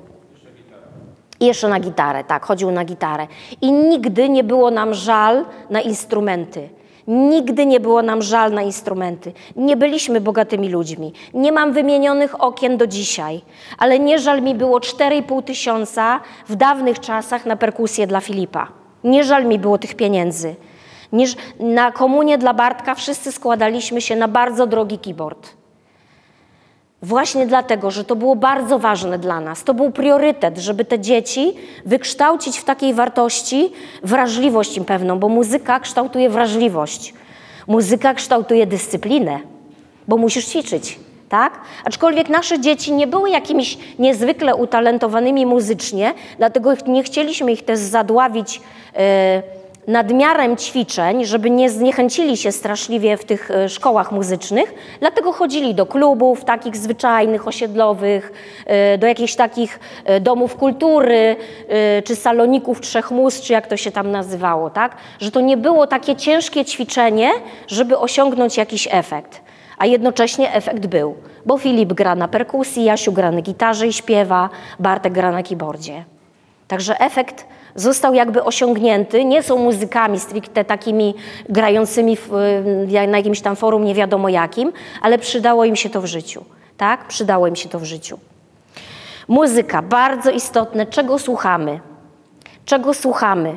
S2: I jeszcze na gitarę, tak, chodził na gitarę. I nigdy nie było nam żal na instrumenty. Nigdy nie było nam żal na instrumenty. Nie byliśmy bogatymi ludźmi. Nie mam wymienionych okien do dzisiaj, ale nie żal mi było 4,5 tysiąca w dawnych czasach na perkusję dla Filipa. Nie żal mi było tych pieniędzy. Na komunię dla Bartka wszyscy składaliśmy się na bardzo drogi keyboard. Właśnie dlatego, że to było bardzo ważne dla nas. To był priorytet, żeby te dzieci wykształcić w takiej wartości wrażliwość im pewną, bo muzyka kształtuje wrażliwość. Muzyka kształtuje dyscyplinę, bo musisz ćwiczyć, tak? Aczkolwiek nasze dzieci nie były jakimiś niezwykle utalentowanymi muzycznie, dlatego nie chcieliśmy ich też zadławić nadmiarem ćwiczeń, żeby nie zniechęcili się straszliwie w tych szkołach muzycznych, dlatego chodzili do klubów takich zwyczajnych, osiedlowych, do jakichś takich domów kultury, czy saloników trzech mus, czy jak to się tam nazywało, tak? Że to nie było takie ciężkie ćwiczenie, żeby osiągnąć jakiś efekt. A jednocześnie efekt był, bo Filip gra na perkusji, Jasiu gra na gitarze i śpiewa, Bartek gra na keyboardzie. Także efekt został jakby osiągnięty, nie są muzykami stricte takimi grającymi na jakimś tam forum nie wiadomo jakim, ale przydało im się to w życiu, tak? Przydało im się to w życiu. Muzyka, bardzo istotne, czego słuchamy? Czego słuchamy?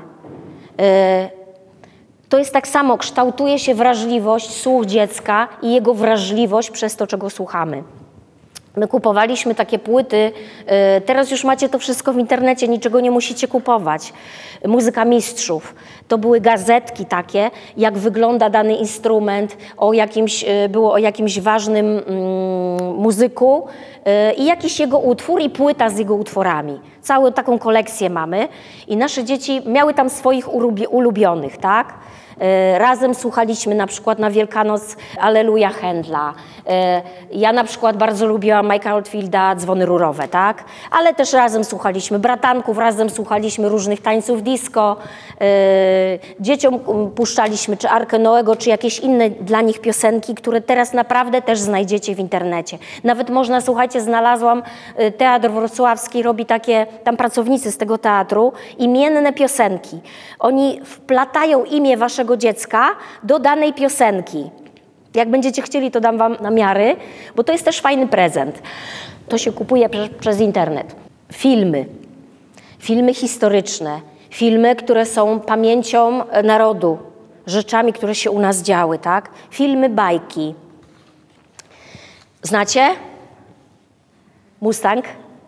S2: To jest tak samo, kształtuje się wrażliwość, słuch dziecka i jego wrażliwość przez to, czego słuchamy. My kupowaliśmy takie płyty, teraz już macie to wszystko w internecie, niczego nie musicie kupować. Muzyka mistrzów. To były gazetki takie, jak wygląda dany instrument, było o jakimś ważnym muzyku i jakiś jego utwór i płyta z jego utworami. Całą taką kolekcję mamy i nasze dzieci miały tam swoich ulubionych, tak? Razem słuchaliśmy na przykład na Wielkanoc Alleluja Händla. Ja na przykład bardzo lubiłam Mike'a Oldfielda Dzwony rurowe, tak? Ale też razem słuchaliśmy bratanków, razem słuchaliśmy różnych tańców disco. Dzieciom puszczaliśmy czy Arkę Noego, czy jakieś inne dla nich piosenki, które teraz naprawdę też znajdziecie w internecie. Nawet można, słuchajcie, znalazłam, Teatr Wrocławski robi takie, tam pracownicy z tego teatru, imienne piosenki. Oni wplatają imię waszego dziecka do danej piosenki. Jak będziecie chcieli, to dam wam namiary, bo to jest też fajny prezent. To się kupuje przez internet. Filmy historyczne, filmy, które są pamięcią narodu, rzeczami, które się u nas działy, tak? Filmy, bajki. Znacie? Mustang?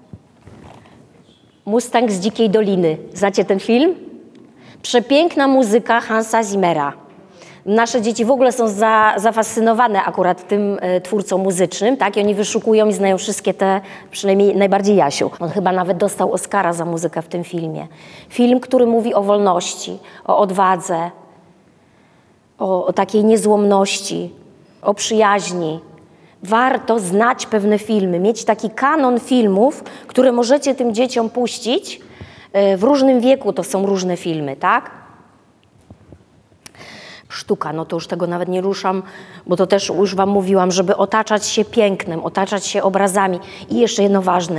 S2: Mustang z Dzikiej Doliny. Znacie ten film? Przepiękna muzyka Hansa Zimmera. Nasze dzieci w ogóle są zafascynowane akurat tym twórcą muzycznym, tak? I oni wyszukują i znają wszystkie te, przynajmniej najbardziej Jasiu. On chyba nawet dostał Oscara za muzykę w tym filmie. Film, który mówi o wolności, o odwadze, o takiej niezłomności, o przyjaźni. Warto znać pewne filmy, mieć taki kanon filmów, które możecie tym dzieciom puścić. W różnym wieku to są różne filmy, tak? Sztuka, no to już tego nawet nie ruszam, bo to też już wam mówiłam, żeby otaczać się pięknem, otaczać się obrazami. I jeszcze jedno ważne.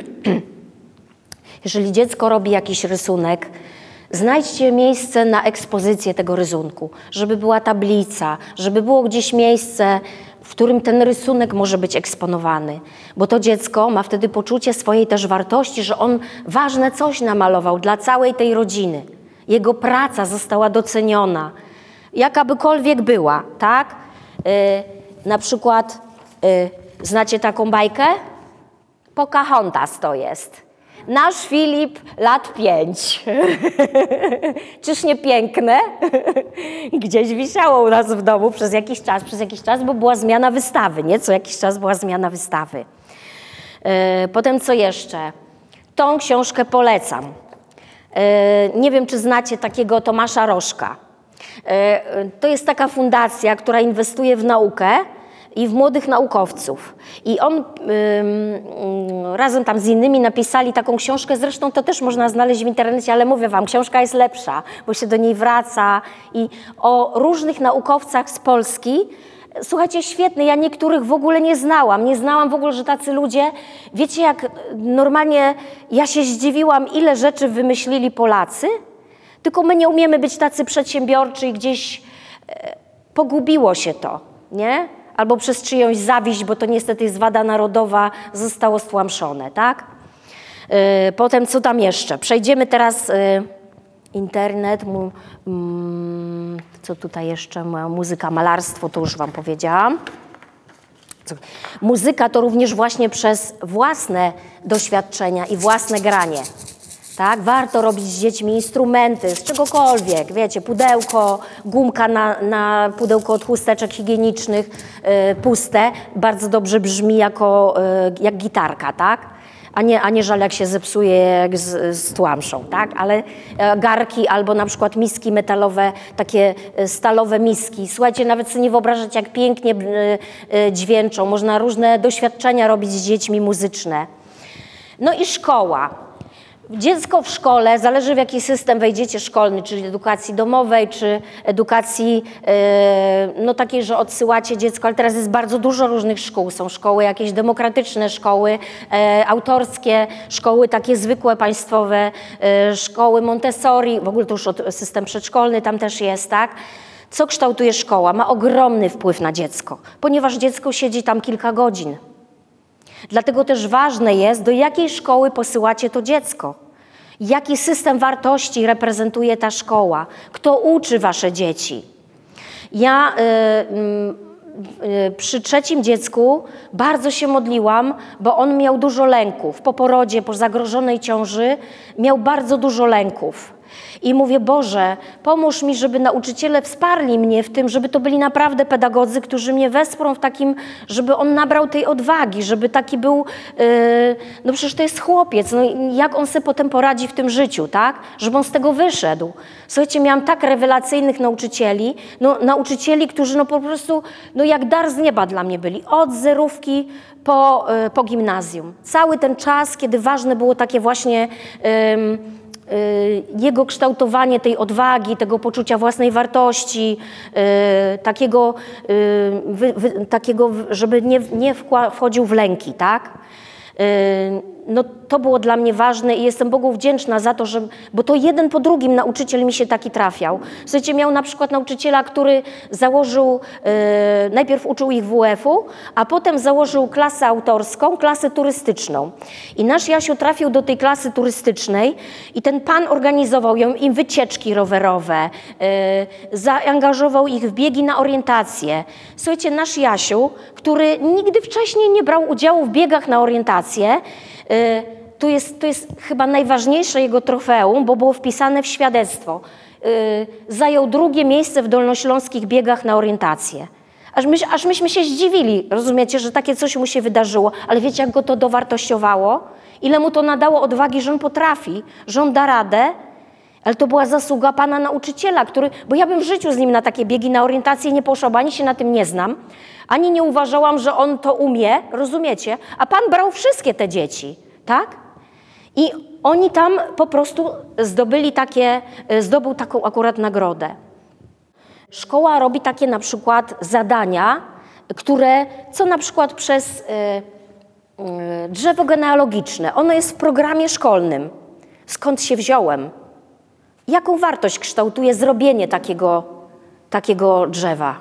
S2: Jeżeli dziecko robi jakiś rysunek, znajdźcie miejsce na ekspozycję tego rysunku, żeby była tablica, żeby było gdzieś miejsce, w którym ten rysunek może być eksponowany. Bo to dziecko ma wtedy poczucie swojej też wartości, że on ważne coś namalował dla całej tej rodziny. Jego praca została doceniona, jakabykolwiek była, tak? Na przykład, znacie taką bajkę? Pocahontas to jest. Nasz Filip, lat 5. Czyż nie piękne? Gdzieś wisiało u nas w domu przez jakiś czas, bo była zmiana wystawy, nie? Co jakiś czas była zmiana wystawy. Potem co jeszcze? Tą książkę polecam. Nie wiem, czy znacie takiego Tomasza Rożka. To jest taka fundacja, która inwestuje w naukę i w młodych naukowców. I on razem tam z innymi napisali taką książkę, zresztą to też można znaleźć w internecie, ale mówię wam, książka jest lepsza, bo się do niej wraca i o różnych naukowcach z Polski. Słuchajcie, świetny, ja niektórych w ogóle nie znałam w ogóle, że tacy ludzie, wiecie jak normalnie ja się zdziwiłam, ile rzeczy wymyślili Polacy, tylko my nie umiemy być tacy przedsiębiorczy i gdzieś pogubiło się to, nie? Albo przez czyjąś zawiść, bo to niestety jest wada narodowa, zostało stłamszone, tak? Potem co tam jeszcze? Przejdziemy teraz internet, co tutaj jeszcze? Muzyka, malarstwo, to już wam powiedziałam. Muzyka to również właśnie przez własne doświadczenia i własne granie. Tak? Warto robić z dziećmi instrumenty, z czegokolwiek, wiecie, pudełko, gumka na pudełko od chusteczek higienicznych, puste, bardzo dobrze brzmi jak gitarka, tak? A nie żal jak się zepsuje jak z tłamszą, tak? Ale garki albo na przykład miski metalowe, takie stalowe miski. Słuchajcie, nawet sobie nie wyobrażać, jak pięknie dźwięczą. Można różne doświadczenia robić z dziećmi muzyczne. No i szkoła. Dziecko w szkole, zależy w jaki system wejdziecie szkolny, czyli edukacji domowej, czy edukacji no takiej, że odsyłacie dziecko, ale teraz jest bardzo dużo różnych szkół. Są szkoły jakieś demokratyczne, szkoły autorskie, szkoły takie zwykłe, państwowe, szkoły Montessori, w ogóle to już system przedszkolny tam też jest, tak? Co kształtuje szkoła? Ma ogromny wpływ na dziecko, ponieważ dziecko siedzi tam kilka godzin. Dlatego też ważne jest, do jakiej szkoły posyłacie to dziecko. Jaki system wartości reprezentuje ta szkoła. Kto uczy wasze dzieci. Ja przy 3. dziecku bardzo się modliłam, bo on miał dużo lęków. Po porodzie, po zagrożonej ciąży miał bardzo dużo lęków. I mówię, Boże, pomóż mi, żeby nauczyciele wsparli mnie w tym, żeby to byli naprawdę pedagodzy, którzy mnie wesprą w takim, żeby on nabrał tej odwagi, żeby taki był, no przecież to jest chłopiec, no jak on sobie potem poradzi w tym życiu, tak? Żeby on z tego wyszedł. Słuchajcie, miałam tak rewelacyjnych nauczycieli, no nauczycieli, którzy no po prostu, no jak dar z nieba dla mnie byli, od zerówki po gimnazjum. Cały ten czas, kiedy ważne było takie właśnie jego kształtowanie tej odwagi, tego poczucia własnej wartości, takiego żeby nie wchodził w lęki, tak? No to było dla mnie ważne i jestem Bogu wdzięczna za to, bo to jeden po drugim nauczyciel mi się taki trafiał. Słuchajcie, miał na przykład nauczyciela, który założył, najpierw uczył ich WF-u, a potem założył klasę autorską, klasę turystyczną. I nasz Jasiu trafił do tej klasy turystycznej i ten pan organizował im wycieczki rowerowe, zaangażował ich w biegi na orientację. Słuchajcie, nasz Jasiu, który nigdy wcześniej nie brał udziału w biegach na orientację, to jest chyba najważniejsze jego trofeum, bo było wpisane w świadectwo. Zajął 2. miejsce w dolnośląskich biegach na orientację. Aż myśmy się zdziwili, rozumiecie, że takie coś mu się wydarzyło, ale wiecie, jak go to dowartościowało? Ile mu to nadało odwagi, że on potrafi, że on da radę, ale to była zasługa pana nauczyciela, bo ja bym w życiu z nim na takie biegi na orientację nie poszła, bo ani się na tym nie znam, ani nie uważałam, że on to umie, rozumiecie? A pan brał wszystkie te dzieci, tak? I oni tam po prostu zdobył taką akurat nagrodę. Szkoła robi takie na przykład zadania, co na przykład przez drzewo genealogiczne, ono jest w programie szkolnym. Skąd się wziąłem? Jaką wartość kształtuje zrobienie takiego drzewa?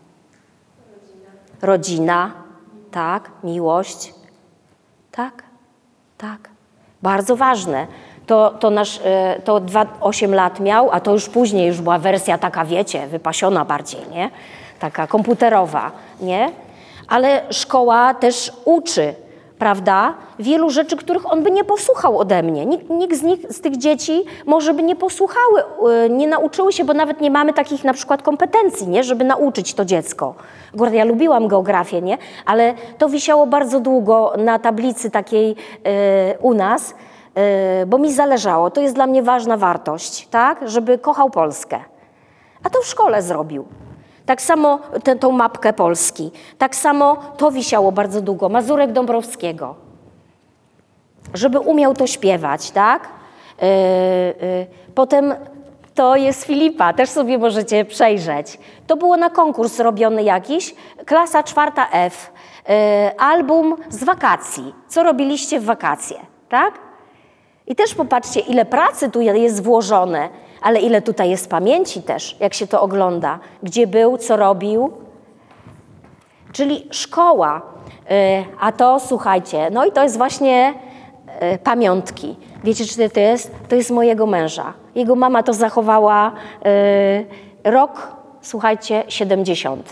S2: Rodzina, tak, miłość, tak. Bardzo ważne. To 8 lat miał, a to już później już była wersja taka, wiecie, wypasiona bardziej, nie? Taka komputerowa, nie? Ale szkoła też prawda, wielu rzeczy, których on by nie posłuchał ode mnie. Nikt z tych dzieci może by nie posłuchały, nie nauczyły się, bo nawet nie mamy takich na przykład kompetencji, nie, żeby nauczyć to dziecko. Akurat ja lubiłam geografię, nie, ale to wisiało bardzo długo na tablicy takiej u nas, bo mi zależało. To jest dla mnie ważna wartość, tak, żeby kochał Polskę. A to w szkole zrobił. Tak samo tą mapkę Polski. Tak samo to wisiało bardzo długo. Mazurek Dąbrowskiego. Żeby umiał to śpiewać, tak? Potem to jest Filipa, też sobie możecie przejrzeć. To było na konkurs robiony jakiś, klasa 4F. Album z wakacji. Co robiliście w wakacje, tak? I też popatrzcie, ile pracy tu jest włożone, ale ile tutaj jest pamięci też, jak się to ogląda. Gdzie był, co robił. Czyli szkoła. A to, słuchajcie, no i to jest właśnie pamiątki. Wiecie, czy to jest? To jest mojego męża. Jego mama to zachowała rok, słuchajcie, 70.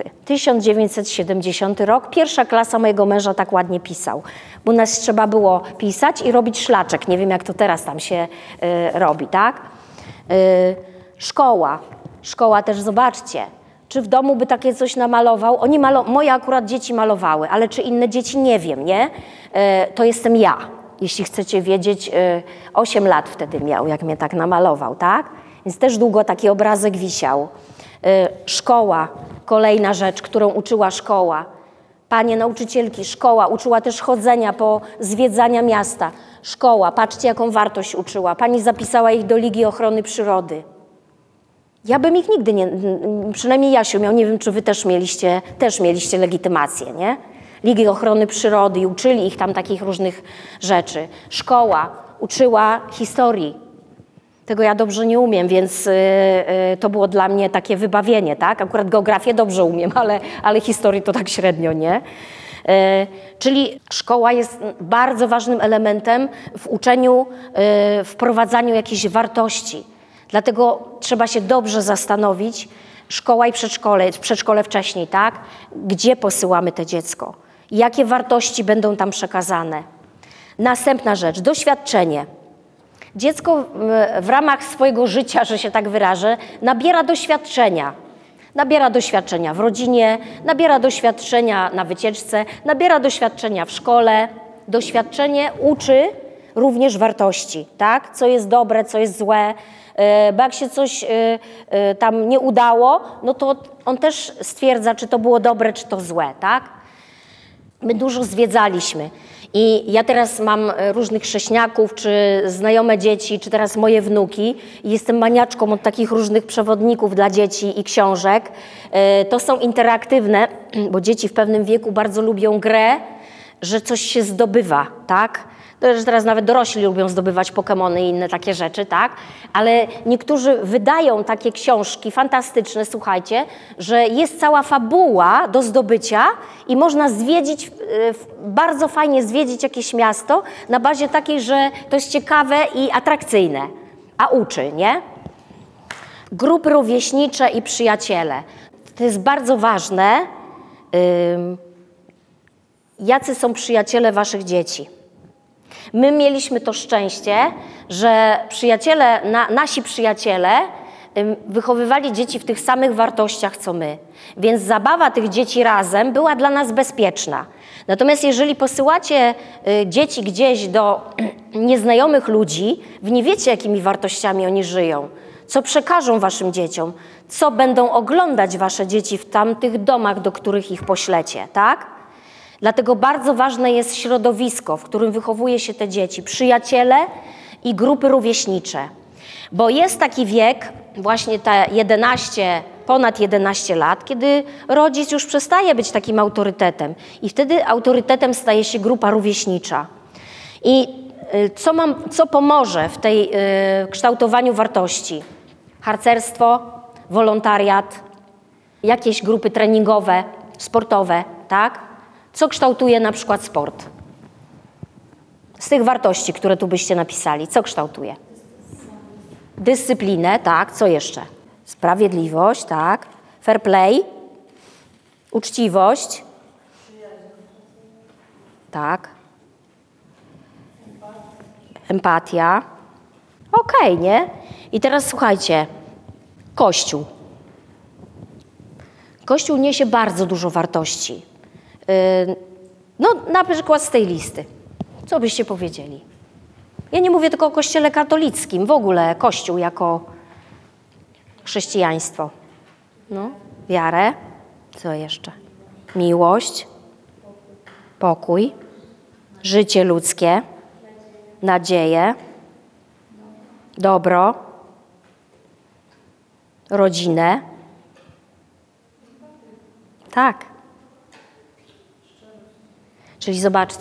S2: 1970 rok. Pierwsza klasa mojego męża tak ładnie pisał. Bo nas trzeba było pisać i robić szlaczek. Nie wiem, jak to teraz tam się robi, tak? Szkoła. Szkoła też, zobaczcie. Czy w domu by takie coś namalował? Moje akurat dzieci malowały, ale czy inne dzieci? Nie wiem, nie? To jestem ja. Jeśli chcecie wiedzieć, 8 lat wtedy miał, jak mnie tak namalował, tak? Więc też długo taki obrazek wisiał. Szkoła, kolejna rzecz, którą uczyła szkoła. Panie nauczycielki, szkoła uczyła też chodzenia zwiedzania miasta. Szkoła, patrzcie, jaką wartość uczyła. Pani zapisała ich do Ligi Ochrony Przyrody. Ja bym ich nigdy nie, przynajmniej Jasiu miał, nie wiem, czy wy też mieliście legitymację, nie? Ligi Ochrony Przyrody i uczyli ich tam takich różnych rzeczy. Szkoła uczyła historii. Tego ja dobrze nie umiem, więc to było dla mnie takie wybawienie, tak? Akurat geografię dobrze umiem, ale historii to tak średnio, nie? Czyli szkoła jest bardzo ważnym elementem w uczeniu, wprowadzaniu jakichś wartości. Dlatego trzeba się dobrze zastanowić, szkoła i przedszkole wcześniej, tak? Gdzie posyłamy to dziecko? Jakie wartości będą tam przekazane? Następna rzecz, doświadczenie. Dziecko w ramach swojego życia, że się tak wyrażę, nabiera doświadczenia. Nabiera doświadczenia w rodzinie, nabiera doświadczenia na wycieczce, nabiera doświadczenia w szkole. Doświadczenie uczy również wartości, tak? Co jest dobre, co jest złe. Bo jak się coś tam nie udało, no to on też stwierdza, czy to było dobre, czy to złe, tak? My dużo zwiedzaliśmy. I ja teraz mam różnych chrześniaków, czy znajome dzieci, czy teraz moje wnuki. I jestem maniaczką od takich różnych przewodników dla dzieci i książek. To są interaktywne, bo dzieci w pewnym wieku bardzo lubią grę, że coś się zdobywa, tak? Że teraz nawet dorośli lubią zdobywać Pokemony i inne takie rzeczy, tak? Ale niektórzy wydają takie książki fantastyczne, słuchajcie, że jest cała fabuła do zdobycia i można zwiedzić, bardzo fajnie zwiedzić jakieś miasto na bazie takiej, że to jest ciekawe i atrakcyjne, a uczy, nie? Grupy rówieśnicze i przyjaciele. To jest bardzo ważne, jacy są przyjaciele waszych dzieci. My mieliśmy to szczęście, że nasi przyjaciele wychowywali dzieci w tych samych wartościach, co my. Więc zabawa tych dzieci razem była dla nas bezpieczna. Natomiast jeżeli posyłacie dzieci gdzieś do nieznajomych ludzi, wy nie wiecie, jakimi wartościami oni żyją, co przekażą waszym dzieciom, co będą oglądać wasze dzieci w tamtych domach, do których ich poślecie, tak? Dlatego bardzo ważne jest środowisko, w którym wychowuje się te dzieci, przyjaciele i grupy rówieśnicze. Bo jest taki wiek, właśnie te ponad 11 lat, kiedy rodzic już przestaje być takim autorytetem i wtedy autorytetem staje się grupa rówieśnicza. I co pomoże w tej kształtowaniu wartości? Harcerstwo, wolontariat, jakieś grupy treningowe, sportowe, tak? Co kształtuje na przykład sport? Z tych wartości, które tu byście napisali, co kształtuje? Dyscyplinę, tak. Co jeszcze? Sprawiedliwość, tak. Fair play. Uczciwość. Tak. empatia. Okej, nie? I teraz słuchajcie, Kościół. Kościół niesie bardzo dużo wartości. No na przykład z tej listy. Co byście powiedzieli? Ja nie mówię tylko o Kościele katolickim, w ogóle Kościół jako chrześcijaństwo. No, wiarę. Co jeszcze? Miłość, pokój, życie ludzkie, nadzieję, dobro, rodzinę. Tak. Czyli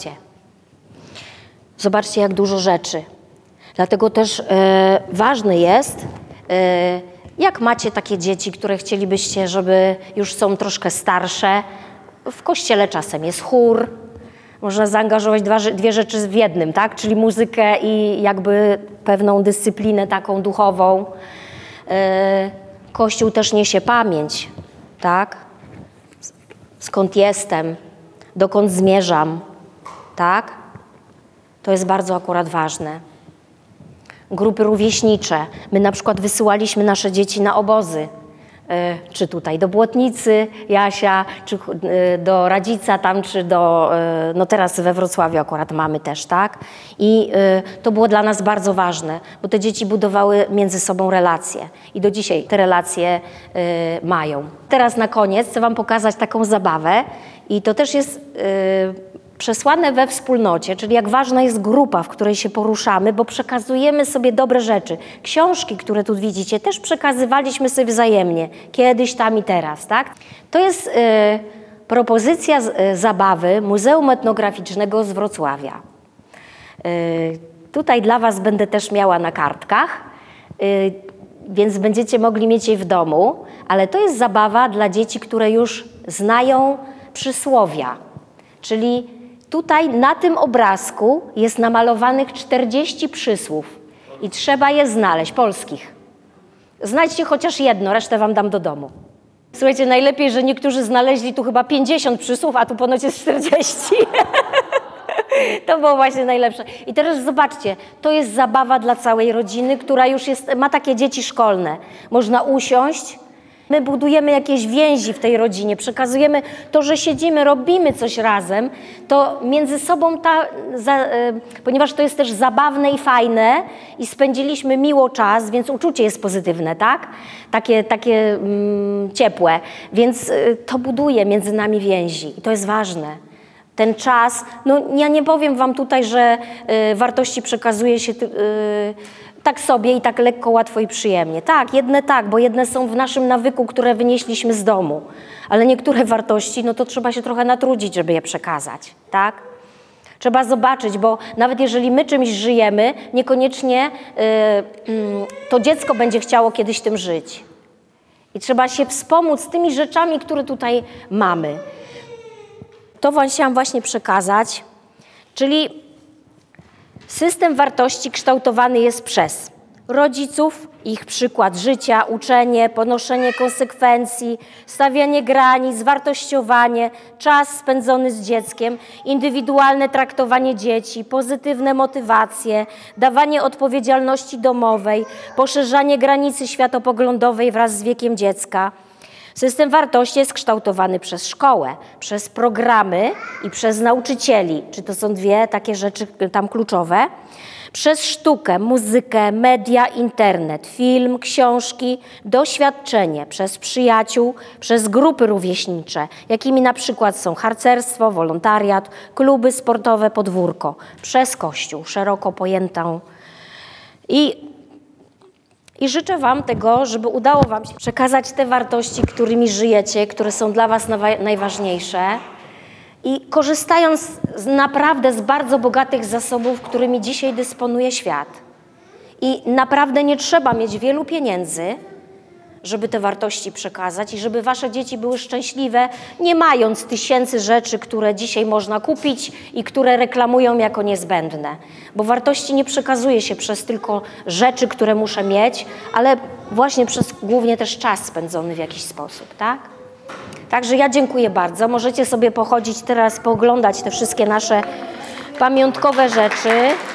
S2: zobaczcie jak dużo rzeczy. Dlatego też ważne jest, jak macie takie dzieci, które chcielibyście, żeby już są troszkę starsze. W kościele czasem jest chór. Można zaangażować dwie rzeczy w jednym, tak? Czyli muzykę i jakby pewną dyscyplinę taką duchową. Kościół też niesie pamięć, tak? Skąd jestem, dokąd zmierzam, tak? To jest bardzo akurat ważne. Grupy rówieśnicze. My na przykład wysyłaliśmy nasze dzieci na obozy. Czy tutaj do Błotnicy, Jasia, czy do Radzica tam, czy do, no teraz we Wrocławiu akurat mamy też, tak? I to było dla nas bardzo ważne, bo te dzieci budowały między sobą relacje i do dzisiaj te relacje mają. Teraz na koniec chcę wam pokazać taką zabawę i to też jest przesłane we wspólnocie, czyli jak ważna jest grupa, w której się poruszamy, bo przekazujemy sobie dobre rzeczy. Książki, które tu widzicie, też przekazywaliśmy sobie wzajemnie, kiedyś, tam i teraz, tak? To jest propozycja zabawy Muzeum Etnograficznego z Wrocławia. Tutaj dla was będę też miała na kartkach, więc będziecie mogli mieć je w domu, ale to jest zabawa dla dzieci, które już znają przysłowia, czyli tutaj na tym obrazku jest namalowanych 40 przysłów i trzeba je znaleźć, polskich. Znajdźcie chociaż jedno, resztę wam dam do domu. Słuchajcie, najlepiej, że niektórzy znaleźli tu chyba 50 przysłów, a tu ponoć jest 40. To było właśnie najlepsze. I teraz zobaczcie, to jest zabawa dla całej rodziny, która już ma takie dzieci szkolne. Można usiąść. My budujemy jakieś więzi w tej rodzinie, przekazujemy to, że siedzimy, robimy coś razem, to między sobą, ponieważ to jest też zabawne i fajne i spędziliśmy miło czas, więc uczucie jest pozytywne, tak? Takie ciepłe, więc to buduje między nami więzi i to jest ważne. Ten czas, no ja nie powiem wam tutaj, że wartości przekazuje się tak sobie i tak lekko, łatwo i przyjemnie. Tak, jedne tak, bo jedne są w naszym nawyku, które wynieśliśmy z domu. Ale niektóre wartości, no to trzeba się trochę natrudzić, żeby je przekazać, tak? Trzeba zobaczyć, bo nawet jeżeli my czymś żyjemy, niekoniecznie to dziecko będzie chciało kiedyś tym żyć. I trzeba się wspomóc tymi rzeczami, które tutaj mamy. To wam chciałam właśnie przekazać, czyli system wartości kształtowany jest przez rodziców, ich przykład życia, uczenie, ponoszenie konsekwencji, stawianie granic, wartościowanie, czas spędzony z dzieckiem, indywidualne traktowanie dzieci, pozytywne motywacje, dawanie odpowiedzialności domowej, poszerzanie granicy światopoglądowej wraz z wiekiem dziecka. System wartości jest kształtowany przez szkołę, przez programy i przez nauczycieli, czy to są dwie takie rzeczy tam kluczowe, przez sztukę, muzykę, media, internet, film, książki, doświadczenie, przez przyjaciół, przez grupy rówieśnicze, jakimi na przykład są harcerstwo, wolontariat, kluby sportowe, podwórko, przez Kościół, szeroko pojętą. I życzę wam tego, żeby udało wam się przekazać te wartości, którymi żyjecie, które są dla was najważniejsze i korzystając naprawdę z bardzo bogatych zasobów, którymi dzisiaj dysponuje świat. I naprawdę nie trzeba mieć wielu pieniędzy, żeby te wartości przekazać i żeby wasze dzieci były szczęśliwe, nie mając tysięcy rzeczy, które dzisiaj można kupić i które reklamują jako niezbędne. Bo wartości nie przekazuje się przez tylko rzeczy, które muszę mieć, ale właśnie przez głównie też czas spędzony w jakiś sposób, tak? Także ja dziękuję bardzo. Możecie sobie pochodzić teraz, pooglądać te wszystkie nasze pamiątkowe rzeczy.